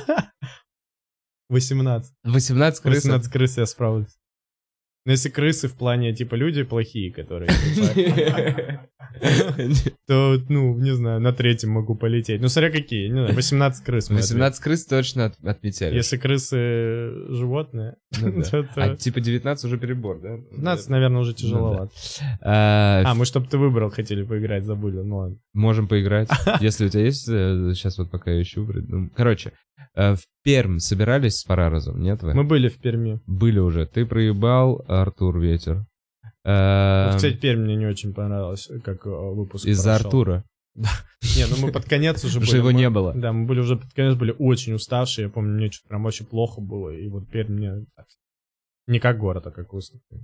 18. 18 крыс? 18 крыс я справлюсь. Но если крысы в плане, типа, люди плохие, которые... то, ну, не знаю, на 3-м могу полететь. Ну, смотря какие, не знаю, 18 крыс. 18 крыс точно отметили. Если крысы животные, то... А типа 19 уже перебор, да? 15, наверное, уже тяжеловато. Мы, чтобы ты выбрал, хотели поиграть, забыли, ну ладно. Можем поиграть, если у тебя есть, сейчас вот пока я ищу. Короче, в Пермь собирались с Параразом, нет вы? Мы были в Перми. Были уже. Ты проебал, Артур Ветер. Кстати, Пермь мне не очень понравилось, как выпуск из-за Артура? Не, ну мы под конец уже были. Уже его не было. Да, мы были уже под конец, были очень уставшие. Я помню, мне что-то прям очень плохо было. И вот Пермь мне не как город, а как выступление.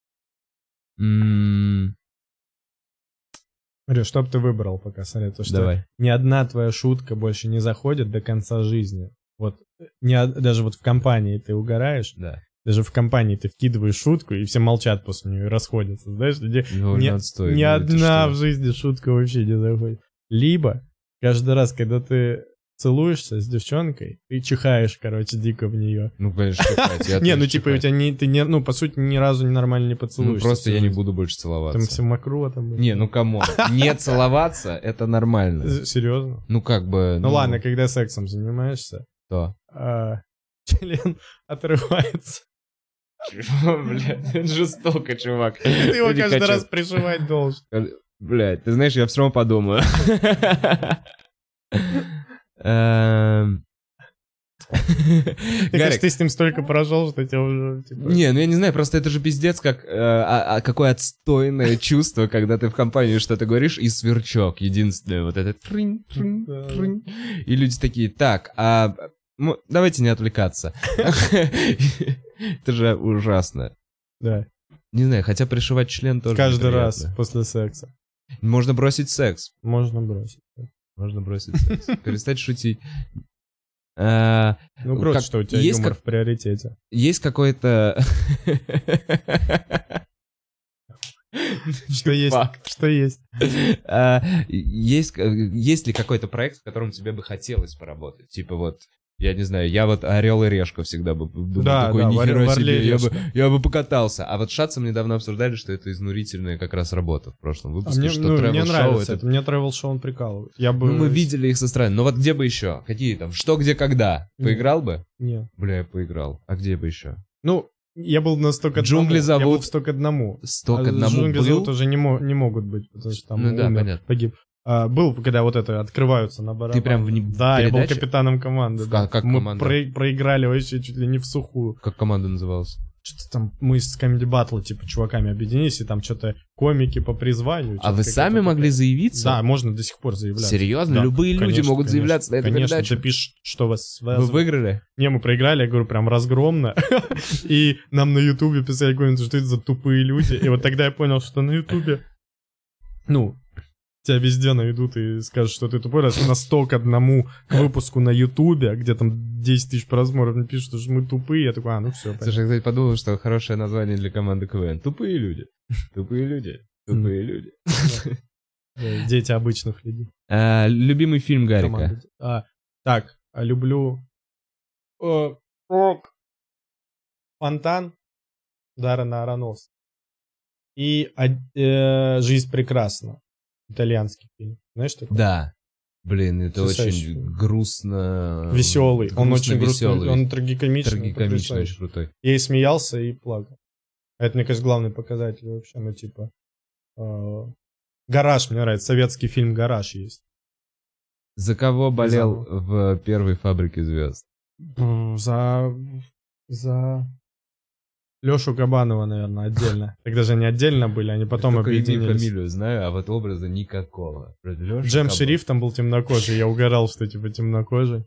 Смотри, что бы ты выбрал пока, смотри, то, что Давай. Ни одна твоя шутка больше не заходит до конца жизни. Вот даже вот в компании ты угораешь, да. Даже в компании ты вкидываешь шутку, и все молчат после нее и расходятся. Знаешь, ни одна в жизни шутка вообще не заходит. Либо каждый раз, когда ты целуешься с девчонкой, ты чихаешь, короче, дико в нее. Ну, конечно, чихать. Не, ну типа у тебя ты не, ну, по сути, ни разу нормально не поцелуешься. Ну, просто я не буду больше целоваться. Там все мокро там. Не, ну камон. Не целоваться, это нормально. Серьезно? Ну, как бы... Ну ладно, когда сексом занимаешься, то член отрывается. Блядь, это жестоко, чувак. Ты его каждый раз пришивать должен. Блядь, ты знаешь, я все равно подумаю. Гарик, ты с ним столько прошел, что тебя уже... Не, ну я не знаю, просто это же пиздец, какое отстойное чувство, когда ты в компании что-то говоришь, и сверчок, единственное, вот этот... И люди такие, так, давайте не отвлекаться. Это же ужасно. Да. Не знаю, хотя пришивать член тоже каждый раз после секса. Можно бросить секс. Можно бросить. Можно бросить секс. Перестать шутить. Ну, просто что у тебя юмор в приоритете. Есть какой-то... Что есть? Что есть? Есть ли какой-то проект, в котором тебе бы хотелось поработать? Типа вот... Я не знаю, я вот Орел и Решка всегда бы думал, такой, нихера себе, я бы покатался. А вот с Шатцем недавно обсуждали, что это изнурительная как раз работа в прошлом выпуске, мне нравится это. Мне тревел-шоу он прикалывает. Мы видели их со стороны. Но вот где бы еще? Какие там? Что, где, когда? Поиграл бы? Нет. Бля, я поиграл. А где бы еще? Ну, я был на 100 к 1. Джунгли зовут. Я был в 100 к 1. 100 к 1 Джунгли зовут уже не могут быть, потому что там умер, погиб. Был, когда вот это открываются на барабан. Ты прям Да, я был капитаном команды. Как мы команда? проиграли вообще чуть ли не в сухую. Как команда называлась? Что-то там мы с Comedy Battle, типа, чуваками объединились, и там что-то комики по призванию. А вы сами могли заявиться? Да, можно до сих пор заявляться. Серьезно? Да, любые люди могут заявляться на эту передачу? Конечно, ты пишешь, что вас... Вы выиграли? Не, мы проиграли, я говорю, прям разгромно. И нам на Ютубе писали, что это за тупые люди. И вот тогда я понял, что на Ютубе, тебя везде наведут и скажут, что ты тупой, раз на 100 к 1 к выпуску на Ютубе, где там 10 тысяч просмотров, напишут, что мы тупые, я такой, ну все. Слушай, я, кстати, подумал, что хорошее название для команды КВН. Тупые люди. Тупые люди. Тупые люди. Дети обычных людей. Любимый фильм Гарика? Так, люблю... «Фонтан» Даррена Аронофски. И «Жизнь прекрасна». Итальянский фильм. Знаешь такой? Да. Блин, это очень грустно. Веселый. Он очень веселый. Он трагикомичный. Трагикомичный, очень крутой. Я и смеялся, и плакал. Это, мне кажется, главный показатель вообще. «Гараж» мне нравится. Советский фильм «Гараж» есть. За кого болел в первой «Фабрике звезд»? За Лешу Кабанова, наверное, отдельно. Тогда же они отдельно были, они потом объединились. Я фамилию знаю, а вот образа никакого. Джем Шериф там был темнокожий, я угорал, что типа темнокожий.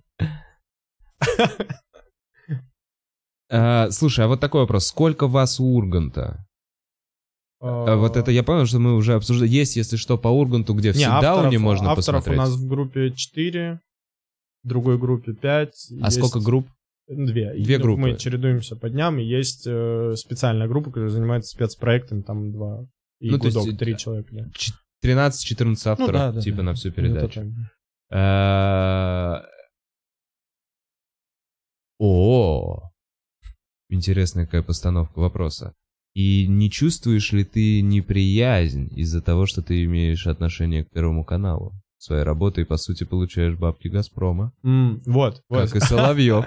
Слушай, а вот такой вопрос. Сколько вас у Урганта? Вот это я понял, что мы уже обсуждали. Есть, если что, по Урганту, где все дауни можно посмотреть. Авторов у нас в группе 4, в другой группе 5. А сколько групп? 2. Две группы. Мы чередуемся по дням, и есть специальная группа, которая занимается спецпроектами, там 2. И гудок, 3 человека. Да. 13-14 авторов, типа на всю передачу. Интересная какая постановка вопроса. И не чувствуешь ли ты неприязнь из-за того, что ты имеешь отношение к Первому каналу? Своей работой, по сути, получаешь бабки «Газпрома». Вот. Как и Соловьев.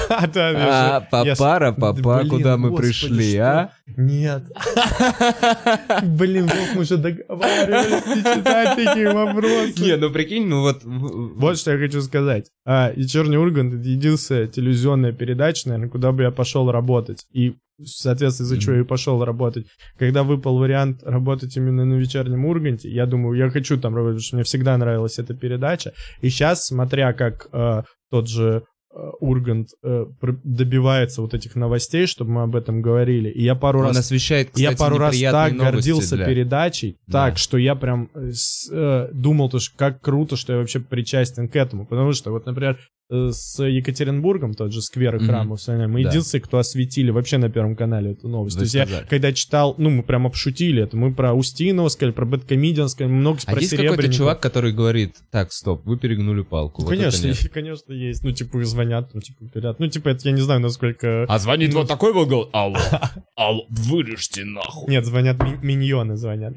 Папа, куда мы пришли, а? Нет. Блин, мы уже договаривались не читать такие вопросы. Не, ну прикинь, ну вот... Вот что я хочу сказать. «Вечерний Ургант» — это единственная телевизионная передача, наверное, куда бы я пошел работать. И, соответственно, из-за чего я и пошел работать. Когда выпал вариант работать именно на «Вечернем Урганте», я думаю, я хочу там работать, потому что мне всегда нравилась эта передача. И сейчас, смотря как тот же Ургант добивается вот этих новостей, чтобы мы об этом говорили. И я пару раз освещает, кстати, я пару раз так гордился для... передачей, так, что я прям думал, как круто, что я вообще причастен к этому. Потому что, вот, например, с Екатеринбургом, тот же сквер и храм, мы единственные, кто осветили вообще на Первом канале эту новость. То есть я, когда читал, мы прям обшутили это, мы про Устинова сказали, про Бэткомедиан сказали, много про есть какой-то чувак, который говорит, так, стоп, вы перегнули палку. Вот конечно, конечно, есть. Ну, типа, звонят, говорят. Ну, типа, это я не знаю, насколько... А звонит вот такой был голос. Алло, вырежьте нахуй. Нет, звонят миньоны, звонят.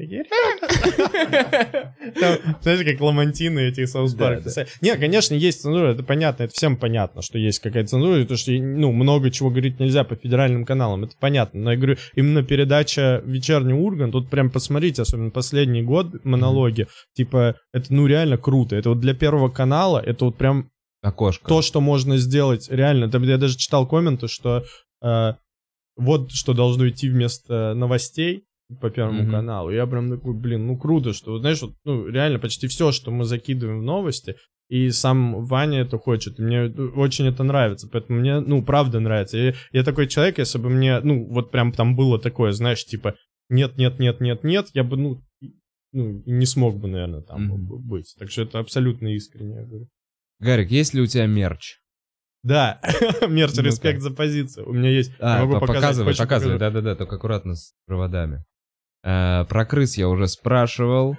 Знаешь, как ламантины этих Саус Парк. Нет, конечно, есть цензура, это понятно, это всем понятно, что есть какая-то цензура, потому что, много чего говорить нельзя по федеральным каналам, это понятно. Но я говорю, именно передача «Вечерний Ургант», тут прям посмотрите, особенно последний год, монологи, типа, это, реально круто. Это вот для Первого канала, это вот прям окошко. То, что можно сделать, реально. Я даже читал комменты, что вот что должно идти вместо новостей по Первому каналу. Я прям такой, круто, что, знаешь, вот, реально почти все, что мы закидываем в новости, и сам Ваня это хочет. И мне очень это нравится. Поэтому мне, правда нравится. Я такой человек, если бы мне, вот прям там было такое, знаешь, типа, нет, я бы, не смог бы, наверное, там быть. Так что это абсолютно искренне, я говорю. Гарик, есть ли у тебя мерч? Да, мерч, респект за позицию. У меня есть. Показывай, да, только аккуратно с проводами. Про крыс я уже спрашивал.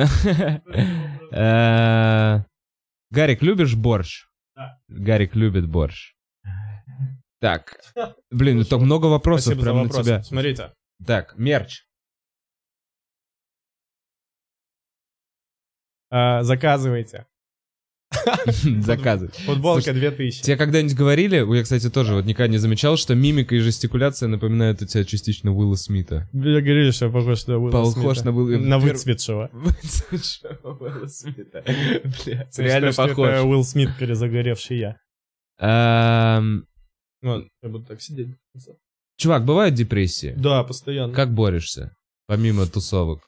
Гарик, любишь борщ? Да. Гарик любит борщ. Так. Блин, так много вопросов прям на тебя. Смотрите. Так, мерч. Заказывайте. Заказывай. Футболка 2000. Тебе когда-нибудь говорили, я, кстати, тоже вот никогда не замечал, что мимика и жестикуляция напоминают у тебя частично Уилла Смита. Я говорили, что я похож на Уилла Смита. Похож на Уилла... На выцветшего. Выцветшего Уилла Смита. Блядь, реально похож. Это Уилл Смит, перезагоревший я. Вот, я буду так сидеть. Чувак, бывают депрессии? Да, постоянно. Как борешься? Помимо тусовок.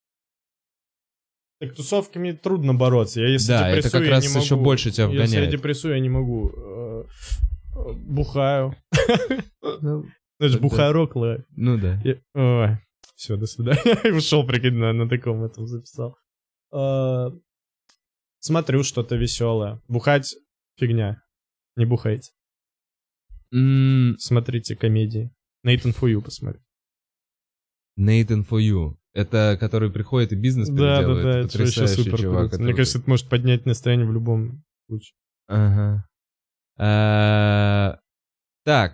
Так тусовками трудно бороться. Я если да, депрессую, это как раз еще больше тебя вгоняет. Если я депрессую, я не могу. Бухаю. Знаешь, бухаю рок-лайф. Ну да. Все, до свидания. Ушел, прикинь, на таком этом записал. Смотрю что-то веселое. Бухать — фигня. Не бухайте. Смотрите комедии. Nathan For You посмотри. Nathan For You. Это который приходит и бизнес переделывает. Да, это вообще супер чувак. Мне кажется, это может поднять настроение в любом случае. Ага. Так.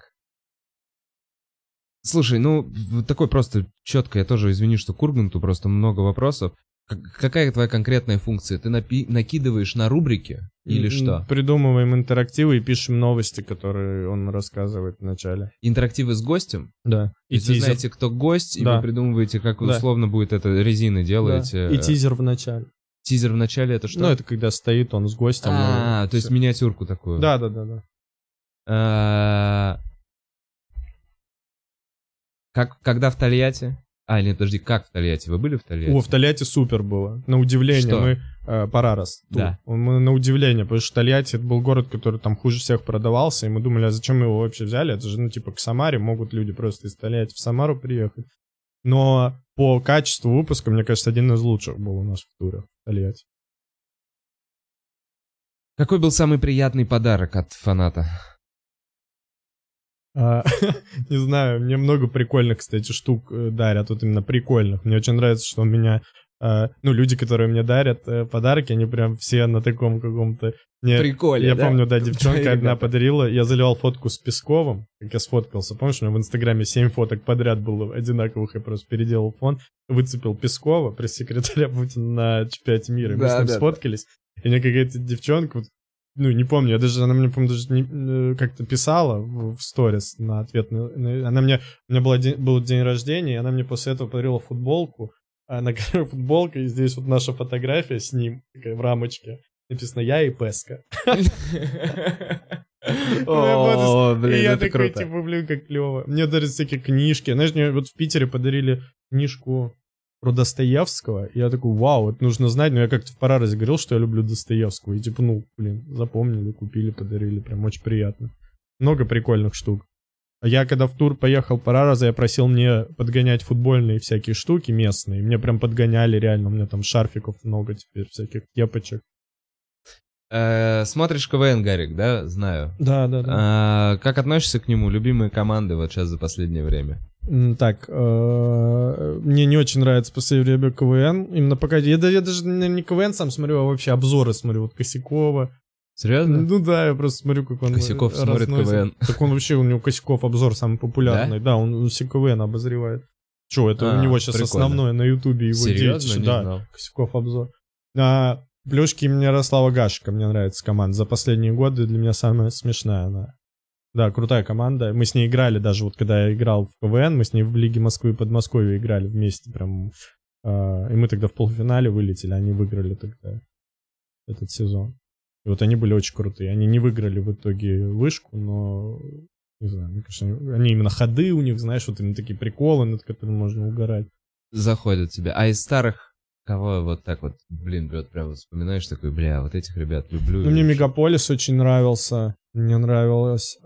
Слушай, такой просто четко, я тоже извини, что к Урганту просто много вопросов. Какая твоя конкретная функция? Ты накидываешь на рубрики или что? Придумываем интерактивы и пишем новости, которые он рассказывает в начале. Интерактивы с гостем? Да. И вы знаете, кто гость, и вы придумываете, как условно будет это, резины делаете. Да. И тизер в начале. Тизер в начале это что? Это когда стоит он с гостем. То есть миниатюрку такую. Да. Когда в Тольятти? Нет, подожди, как в Тольятти? Вы были в Тольятти? В Тольятти супер было. На удивление. Что? Мы... Парарас. Да. Мы на удивление, потому что Тольятти это был город, который там хуже всех продавался, и мы думали, а зачем мы его вообще взяли? Это же, к Самаре могут люди просто из Тольятти в Самару приехать. Но по качеству выпуска, мне кажется, один из лучших был у нас в турах в Тольятти. Какой был самый приятный подарок от фаната? Не знаю, мне много прикольных, кстати, штук дарят, вот именно прикольных. Мне очень нравится, что он меня люди, которые мне дарят подарки, они прям все на таком каком-то... Прикольно, Я помню, девчонка одна подарила, я заливал фотку с Песковым, как я сфоткался. Помнишь, у меня в Инстаграме 7 фоток подряд было одинаковых, я просто переделал фон, выцепил Пескова, пресс-секретаря Путина на чемпионате мира, мы с ним сфоткались, и мне какая-то девчонка, не помню, она мне, по-моему, даже как-то писала в сторис на ответ. У меня был день рождения, и она мне после этого подарила футболку, а на футболке, и здесь вот наша фотография с ним, такая в рамочке. Написано «Я и Песка». О, блин, и я это такой, круто. типа, блин, как клево. Мне даже всякие книжки. Знаешь, мне вот в Питере подарили книжку про Достоевского. И я такой, вау, это нужно знать. Но я как-то в Параразе говорил, что я люблю Достоевского. И типа, запомнили, купили, подарили. Прям очень приятно. Много прикольных штук. Я когда в тур поехал Парараза, я просил мне подгонять футбольные всякие штуки местные. Мне прям подгоняли реально. У меня там шарфиков много теперь, всяких кепочек. Смотришь КВН, Гарик, да? Знаю. Да. Как относишься к нему? Любимые команды вот сейчас за последнее время? Так, мне не очень нравится в последнее время КВН. Именно пока... Я даже не КВН сам смотрю, а вообще обзоры смотрю. Вот Косякова. Серьезно? Ну да, я просто смотрю, как он Косяков смотрит КВН. Так он вообще, у него Косяков обзор самый популярный. Да, он все КВН обозревает. Че, это у него сейчас прикольно. Основное на Ютубе его детище. Да, Косяков обзор. Плюшки имени Ярослава Гашика, мне нравится команда. За последние годы для меня самая смешная она. Да, крутая команда. Мы с ней играли даже, вот когда я играл в КВН, мы с ней в Лиге Москвы и Подмосковья играли вместе прям. И мы тогда в полуфинале вылетели, они выиграли тогда этот сезон. И вот они были очень крутые. Они не выиграли в итоге вышку, но, не знаю, мне кажется, они именно ходы у них, знаешь, вот именно такие приколы, над которыми можно угорать. Заходят тебе. А из старых кого вот так вот, блин, вот прям вспоминаешь такой, бля, вот этих ребят люблю. Ну, мне Мегаполис очень нравился. Мне нравилось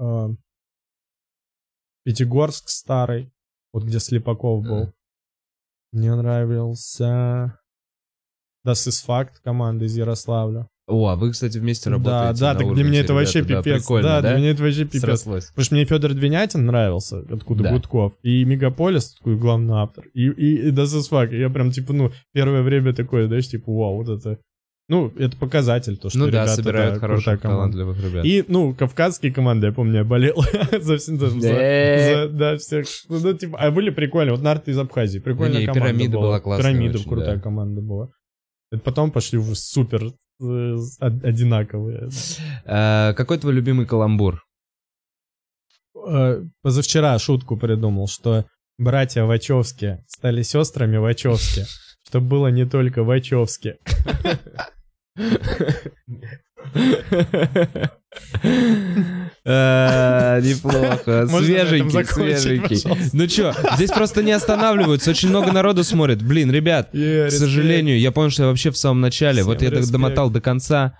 Пятигорск старый, вот где Слепаков был. Мне нравился Das ist Fakt, команда из Ярославля. О, а вы, кстати, вместе работаете. Да, так для меня это вообще пипец. Да, для меня это вообще пипец. Срослось. Потому что мне Федор Двинятин нравился, откуда Гудков, и Мегаполис, такой главный автор, и Das ist Fakt. Я прям, типа, первое время такое, знаешь, типа, вау, вот это... это показатель, то, что ребята собирают хороших талантливых ребят. И, кавказские команды, я помню, я болел за всем за всех. А были прикольные. Вот Нарты из Абхазии, прикольная команда была. Пирамида была классная. Пирамида крутая команда была. Это потом пошли уже супер одинаковые. Какой твой любимый каламбур? Позавчера шутку придумал, что братья Вачовски стали сестрами Вачовски, чтобы было не только Вачовски. Неплохо. Свеженький. Ну чё, здесь просто не останавливаются, очень много народу смотрит. Блин, ребят, к сожалению, я понял, что я вообще в самом начале, вот я домотал до конца.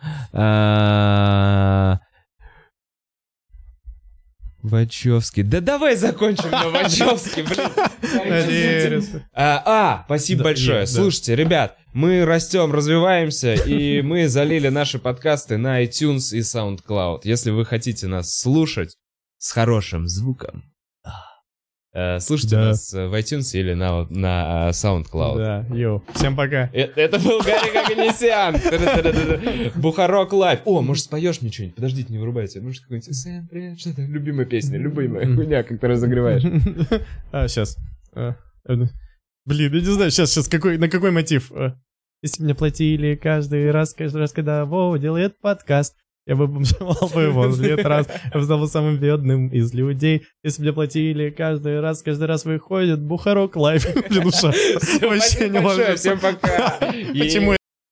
Вачовски. Да давай закончим на Вачовски, блин. Спасибо большое. Слушайте, ребят, мы растем, развиваемся, и мы залили наши подкасты на iTunes и SoundCloud. Если вы хотите нас слушать с хорошим звуком, слушайте нас в iTunes или на SoundCloud. Да, всем пока. Это был Гарик Оганесян. Бухарок Лайв. О, может, споешь мне что-нибудь? Подождите, не вырубайте. Может, какой-нибудь Сэм, привет, что-то? Любимая песня, любимая хуйня, как ты разогреваешь. Сейчас. Блин, я не знаю, сейчас, на какой мотив? Если мне платили каждый раз, когда Вова делает подкаст, я бы бомжевал бы его в лет раз. Я бы стал самым бедным из людей. Если бы мне платили каждый раз выходит Бухарок Лайв. Блин, ужасно. Всем пока. Почему